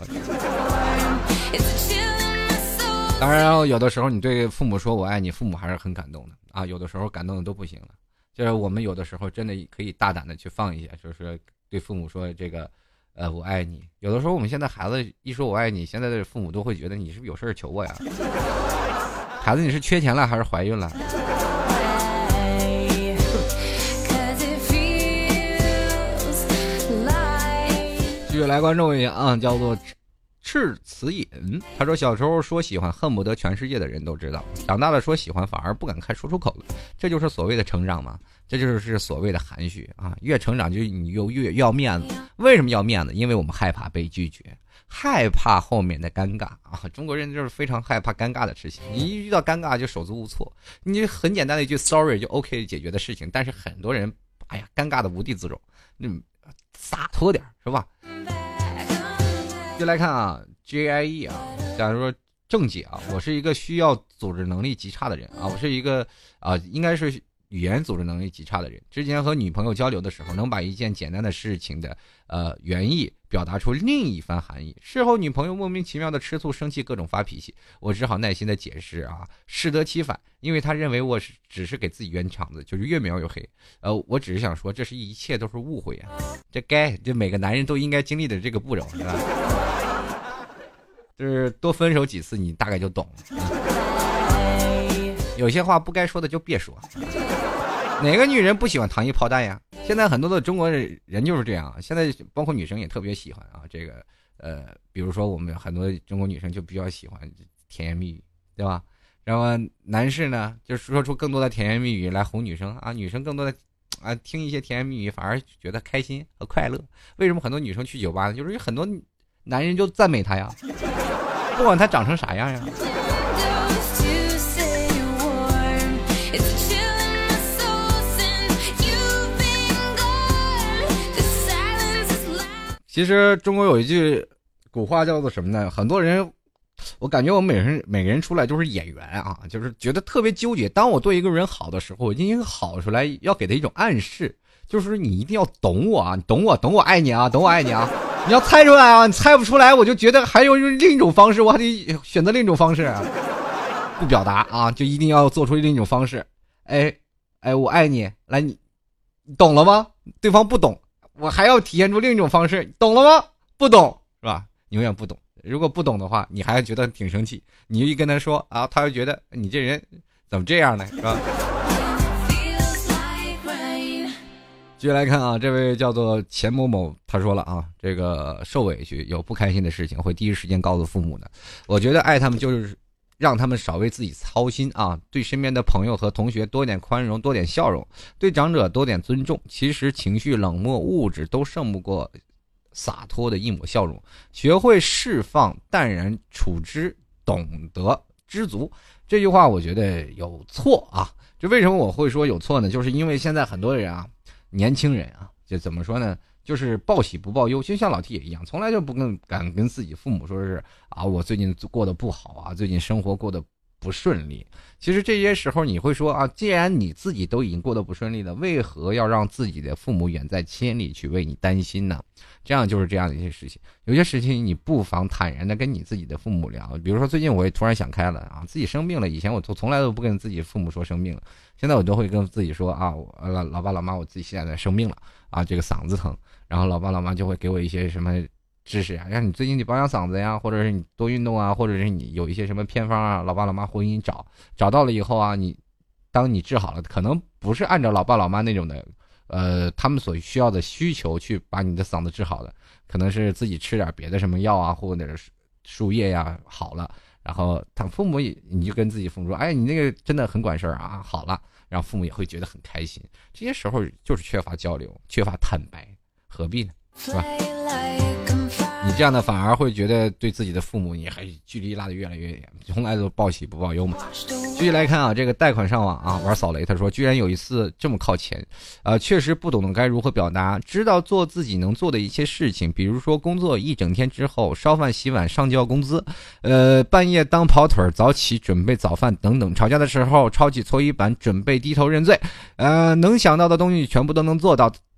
当然，有的时候你对父母说我爱你，父母还是很感动的啊。有的时候感动的都不行了，就是我们有的时候真的可以大胆的去放一下，就是对父母说这个，呃，我爱你。有的时候我们现在孩子一说我爱你，现在的父母都会觉得你是不是有事求我呀？孩子，你是缺钱了还是怀孕了？继续来关注一下啊，叫做赤词隐。他说小时候说喜欢恨不得全世界的人都知道，长大了说喜欢反而不敢开说出口了，这就是所谓的成长嘛，这就是所谓的含蓄啊。越成长就你又越要面子，为什么要面子？因为我们害怕被拒绝，害怕后面的尴尬啊。中国人就是非常害怕尴尬的事情，你一遇到尴尬就手足无措，你很简单的一句 sorry 就 OK 解决的事情，但是很多人哎呀尴尬的无地自容，嗯，洒脱点是吧？就来看啊 J I E 啊，假如说正解啊，我是一个需要组织能力极差的人啊，我是一个啊，应该是语言组织能力极差的人。之前和女朋友交流的时候，能把一件简单的事情的呃原意表达出另一番含义。事后女朋友莫名其妙的吃醋生气，各种发脾气，我只好耐心的解释啊，适得其反，因为她认为我是只是给自己圆场子，就是越描越黑。呃，我只是想说，这是一切都是误会啊，这该就每个男人都应该经历的这个步骤，是吧？就是多分手几次，你大概就懂了。有些话不该说的就别说。哪个女人不喜欢糖衣炮弹呀？现在很多的中国人就是这样，现在包括女生也特别喜欢啊。这个呃，比如说我们很多中国女生就比较喜欢甜言蜜语，对吧？然后男士呢，就说出更多的甜言蜜语来哄女生啊，女生更多的啊听一些甜言蜜语，反而觉得开心和快乐。为什么很多女生去酒吧呢？就是很多男人就赞美她呀。不管他长成啥样呀。其实中国有一句古话叫做什么呢？很多人，我感觉我们每人每个人出来都是演员啊，就是觉得特别纠结。当我对一个人好的时候，我应该好出来，要给他一种暗示，就是你一定要懂我啊，你懂我，懂我爱你啊，懂我爱你啊。你要猜出来啊，你猜不出来，我就觉得还有另一种方式，我还得选择另一种方式、啊，不表达啊，就一定要做出另一种方式。哎，哎，我爱你，来你，你懂了吗？对方不懂，我还要体现出另一种方式，懂了吗？不懂是吧？永远不懂。如果不懂的话，你还觉得挺生气，你一跟他说啊，他就觉得你这人怎么这样呢，是吧？继续来看啊，这位叫做钱某某，他说了啊，这个受委屈有不开心的事情会第一时间告诉父母的。我觉得爱他们就是让他们少为自己操心啊，对身边的朋友和同学多点宽容，多点笑容，对长者多点尊重。其实情绪冷漠物质都胜不过洒脱的一抹笑容。学会释放，淡然处之，懂得知足。这句话我觉得有错啊。这为什么我会说有错呢？就是因为现在很多人啊，年轻人啊，就怎么说呢？就是报喜不报忧，就像老 T 也一样，从来就不跟敢跟自己父母说是啊，我最近过得不好啊，最近生活过得不顺利。其实这些时候你会说啊，既然你自己都已经过得不顺利了，为何要让自己的父母远在千里去为你担心呢？这样就是这样的一些事情。有些事情你不妨坦然的跟你自己的父母聊，比如说最近我也突然想开了啊，自己生病了，以前我从来都不跟自己父母说生病了，现在我都会跟自己说啊，我老老爸老妈，我自己现在生病了啊，这个嗓子疼，然后老爸老妈就会给我一些什么知识啊，让你最近你保养嗓子呀，或者是你多运动啊，或者是你有一些什么偏方啊，老爸老妈会给你找，找到了以后啊，你当你治好了，可能不是按照老爸老妈那种的呃他们所需要的需求去把你的嗓子治好的，可能是自己吃点别的什么药啊，或者是输液呀好了，然后他父母也你就跟自己父母说，哎，你那个真的很管事儿啊，好了，然后父母也会觉得很开心。这些时候就是缺乏交流，缺乏坦白，何必呢？是吧？你这样的反而会觉得对自己的父母你还距离拉得越来越远，从来都报喜不报忧嘛。继续来看啊，这个贷款上网啊玩扫雷，他说居然有一次这么靠前，呃，确实不懂得该如何表达，知道做自己能做的一些事情，比如说工作一整天之后烧饭洗碗上交工资，呃，半夜当跑腿早起准备早饭等等，吵架的时候抄起搓衣板准备低头认罪，呃，能想到的东西全部都能做到。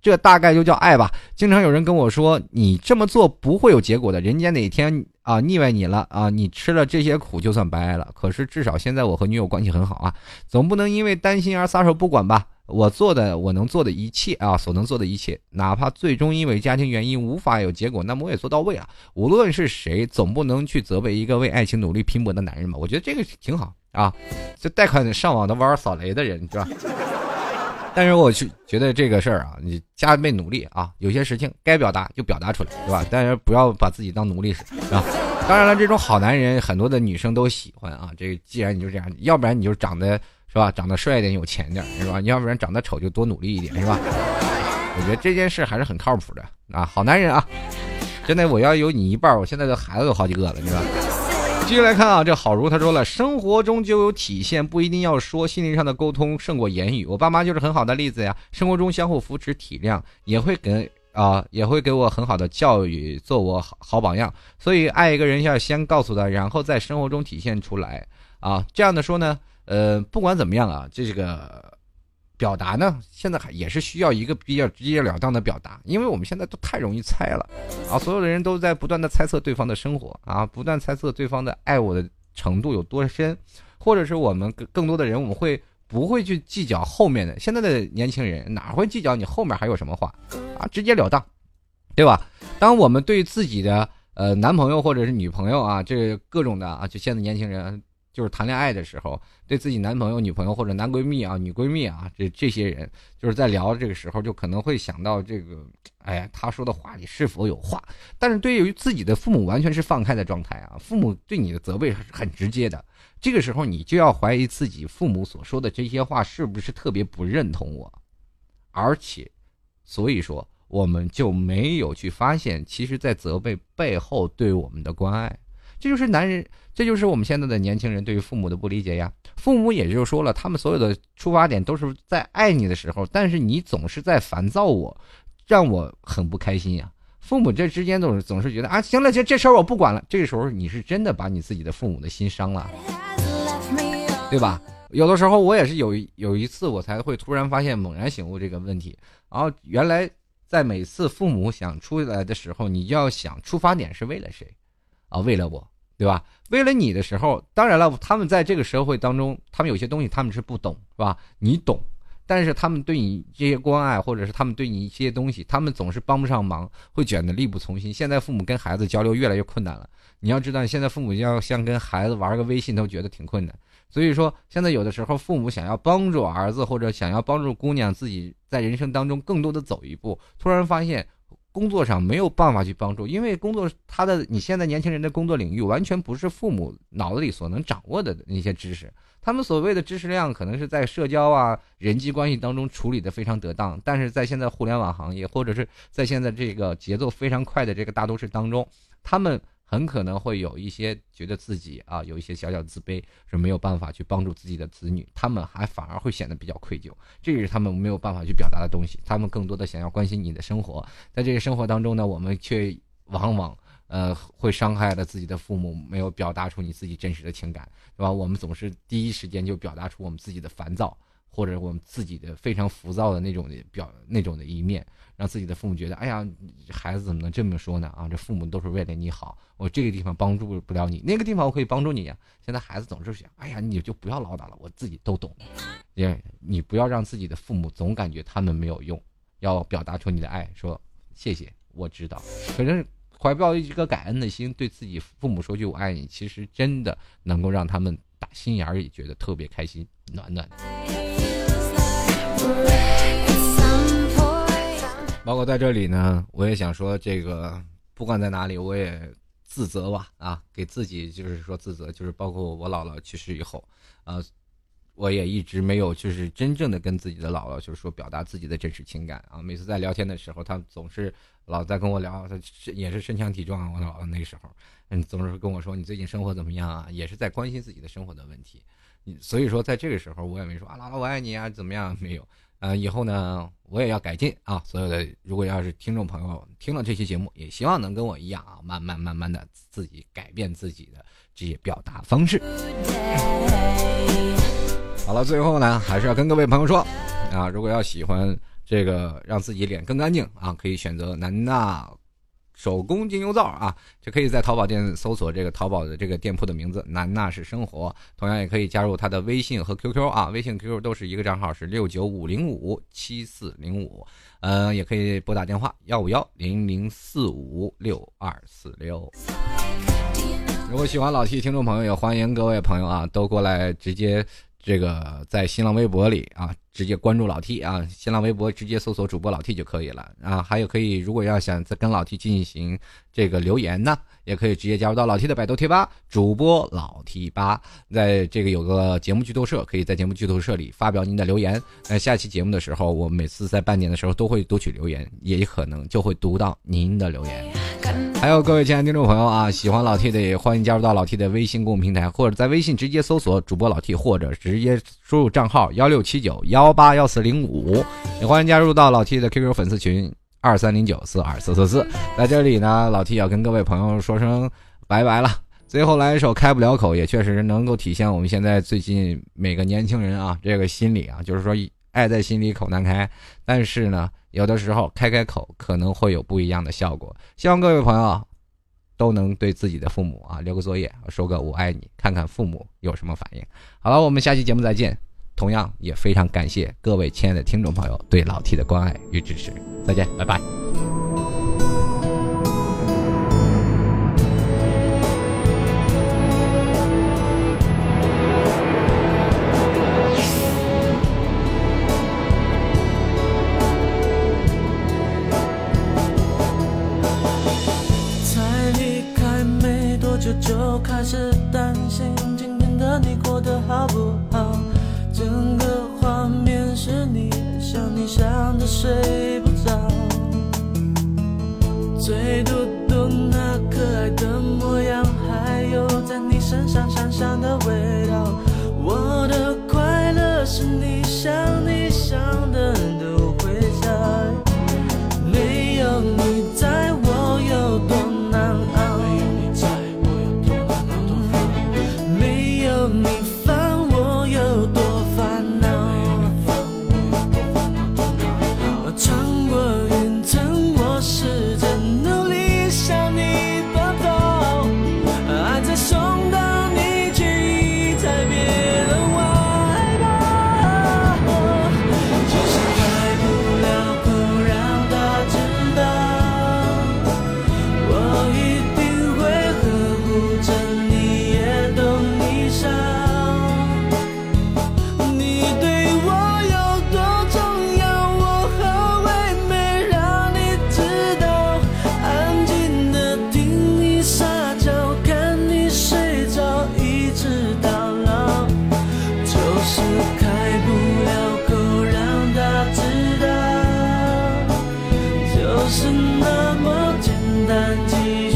这大概就叫爱吧。经常有人跟我说，你这么做不会有结果的，人家哪天啊腻歪你了啊，你吃了这些苦就算白挨了。可是至少现在我和女友关系很好啊，总不能因为担心而撒手不管吧。我做的我能做的一切啊，所能做的一切，哪怕最终因为家庭原因无法有结果，那么我也做到位了。无论是谁，总不能去责备一个为爱情努力拼搏的男人吧。我觉得这个挺好啊，就贷款上网的玩扫雷的人是吧？但是我是觉得这个事儿啊，你加倍努力啊，有些事情该表达就表达出来，对吧？但是不要把自己当奴隶使啊。当然了，这种好男人很多的女生都喜欢啊。这个既然你就这样，要不然你就长得是吧，长得帅一点，有钱点是吧？要不然长得丑就多努力一点是吧？我觉得这件事还是很靠谱的啊，好男人啊，真的我要有你一半，我现在的孩子有好几个了，是吧？继续来看啊，这好如他说了，生活中就有体现，不一定要说，心灵上的沟通胜过言语。我爸妈就是很好的例子呀，生活中相互扶持体谅，也会给啊、呃，也会给我很好的教育，做我好好榜样。所以爱一个人要先告诉他，然后在生活中体现出来啊。这样的说呢，呃，不管怎么样啊，这个表达呢，现在也是需要一个比较直截了当的表达，因为我们现在都太容易猜了啊，所有的人都在不断的猜测对方的生活啊，不断猜测对方的爱我的程度有多深，或者是我们更多的人我们会不会去计较后面的，现在的年轻人哪会计较你后面还有什么话啊，直截了当，对吧？当我们对自己的呃男朋友或者是女朋友啊，这各种的啊，就现在年轻人就是谈恋爱的时候，对自己男朋友、女朋友或者男闺蜜啊、女闺蜜啊，这这些人就是在聊这个时候，就可能会想到这个，哎呀，他说的话里是否有话？但是对于自己的父母，完全是放开的状态啊，父母对你的责备是很直接的。这个时候，你就要怀疑自己父母所说的这些话是不是特别不认同我，而且，所以说我们就没有去发现，其实在责备背后对我们的关爱。这就是男人，这就是我们现在的年轻人对于父母的不理解呀。父母也就说了，他们所有的出发点都是在爱你的时候，但是你总是在烦躁我，让我很不开心呀。父母这之间总是总是觉得啊，行了，这这事儿我不管了。这个时候你是真的把你自己的父母的心伤了，对吧？有的时候我也是有有一次我才会突然发现，猛然醒悟这个问题。然后原来在每次父母想出来的时候，你就要想出发点是为了谁啊？为了我。对吧？为了你的时候，当然了，他们在这个社会当中，他们有些东西他们是不懂，是吧？你懂，但是他们对你这些关爱，或者是他们对你一些东西，他们总是帮不上忙，会觉得力不从心。现在父母跟孩子交流越来越困难了，你要知道，现在父母要像跟孩子玩个微信都觉得挺困难。所以说，现在有的时候父母想要帮助儿子，或者想要帮助姑娘自己在人生当中更多的走一步，突然发现工作上没有办法去帮助，因为工作他的你现在年轻人的工作领域完全不是父母脑子里所能掌握的那些知识，他们所谓的知识量可能是在社交啊人际关系当中处理的非常得当，但是在现在互联网行业或者是在现在这个节奏非常快的这个大都市当中，他们很可能会有一些觉得自己啊有一些小小自卑，是没有办法去帮助自己的子女，他们还反而会显得比较愧疚，这是他们没有办法去表达的东西，他们更多的想要关心你的生活，在这个生活当中呢，我们却往往呃会伤害了自己的父母，没有表达出你自己真实的情感，对吧？我们总是第一时间就表达出我们自己的烦躁，或者我们自己的非常浮躁的那种的表那种的一面，让自己的父母觉得，哎呀，孩子怎么能这么说呢？啊，这父母都是为了你好，我这个地方帮助不了你，那个地方我可以帮助你呀。现在孩子总是想，哎呀，你就不要唠叨了，我自己都懂。也你不要让自己的父母总感觉他们没有用，要表达出你的爱，说谢谢，我知道。可是怀抱一个感恩的心，对自己父母说句我爱你，其实真的能够让他们打心眼里觉得特别开心，暖暖的。包括在这里呢，我也想说，这个不管在哪里，我也自责吧，啊，给自己就是说自责，就是包括我姥姥去世以后，啊，我也一直没有就是真正的跟自己的姥姥就是说表达自己的真实情感啊。每次在聊天的时候，她总是老在跟我聊，她也是身强体壮，我姥姥那个时候，嗯，总是跟我说你最近生活怎么样啊，也是在关心自己的生活的问题。所以说在这个时候我也没说啊姥姥我爱你啊怎么样，没有。呃，以后呢，我也要改进啊！所有的，如果要是听众朋友听了这期节目，也希望能跟我一样啊，慢慢慢慢的自己改变自己的这些表达方式。好了，最后呢，还是要跟各位朋友说啊，如果要喜欢这个让自己脸更干净啊，可以选择南娜手工精油皂啊，就可以在淘宝店搜索这个淘宝的这个店铺的名字南娜是生活，同样也可以加入他的微信和 Q Q 啊，微信 Q Q 都是一个账号，是六九五零五七四零五，呃，也可以拨打电话幺五幺零零四五六二四六。如果喜欢老 T 听众朋友，也欢迎各位朋友啊都过来直接这个在新浪微博里啊直接关注老 T 啊，新浪微博直接搜索主播老 T 就可以了啊。还有可以，如果要想再跟老 T 进行这个留言呢，也可以直接加入到老 T 的百度贴吧，主播老 T 八，在这个有个节目剧透社，可以在节目剧透社里发表您的留言。那下期节目的时候，我每次在半点的时候都会读取留言，也可能就会读到您的留言。还有各位亲爱的听众朋友啊，喜欢老 T 的也欢迎加入到老 T 的微信公众平台，或者在微信直接搜索主播老 T， 或者直接输入账号幺六七九幺八幺四零五，也欢迎加入到老 T 的 Q Q 粉丝群二三零九四二四四四。在这里呢，老 T 要跟各位朋友说声拜拜了。最后来一首开不了口，也确实能够体现我们现在最近每个年轻人啊这个心理啊，就是说爱在心里口难开，但是呢有的时候开开口可能会有不一样的效果。希望各位朋友都能对自己的父母啊留个作业，说个我爱你，看看父母有什么反应。好了，我们下期节目再见。同样也非常感谢各位亲爱的听众朋友对老 T 的关爱与支持，再见，拜拜。 就开始担心今天的你过得好不好，整个画面是你，想你想得睡不着，最嘟嘟那可爱的模样，还有在你身上香香的味道，我的快乐是你想你想的都会在，没有你在我有多难熬，你烦我有多烦恼，穿过云层我试着努力向你奔跑，爱在送到你却已在别人怀抱，就是开不了口让他知道，我一定会呵护着你也懂你伤，你对我有多重要，我何为没让你知道，安静的听你撒娇，看你睡着一直到老，就是开不了口让他知道，就是那么简单，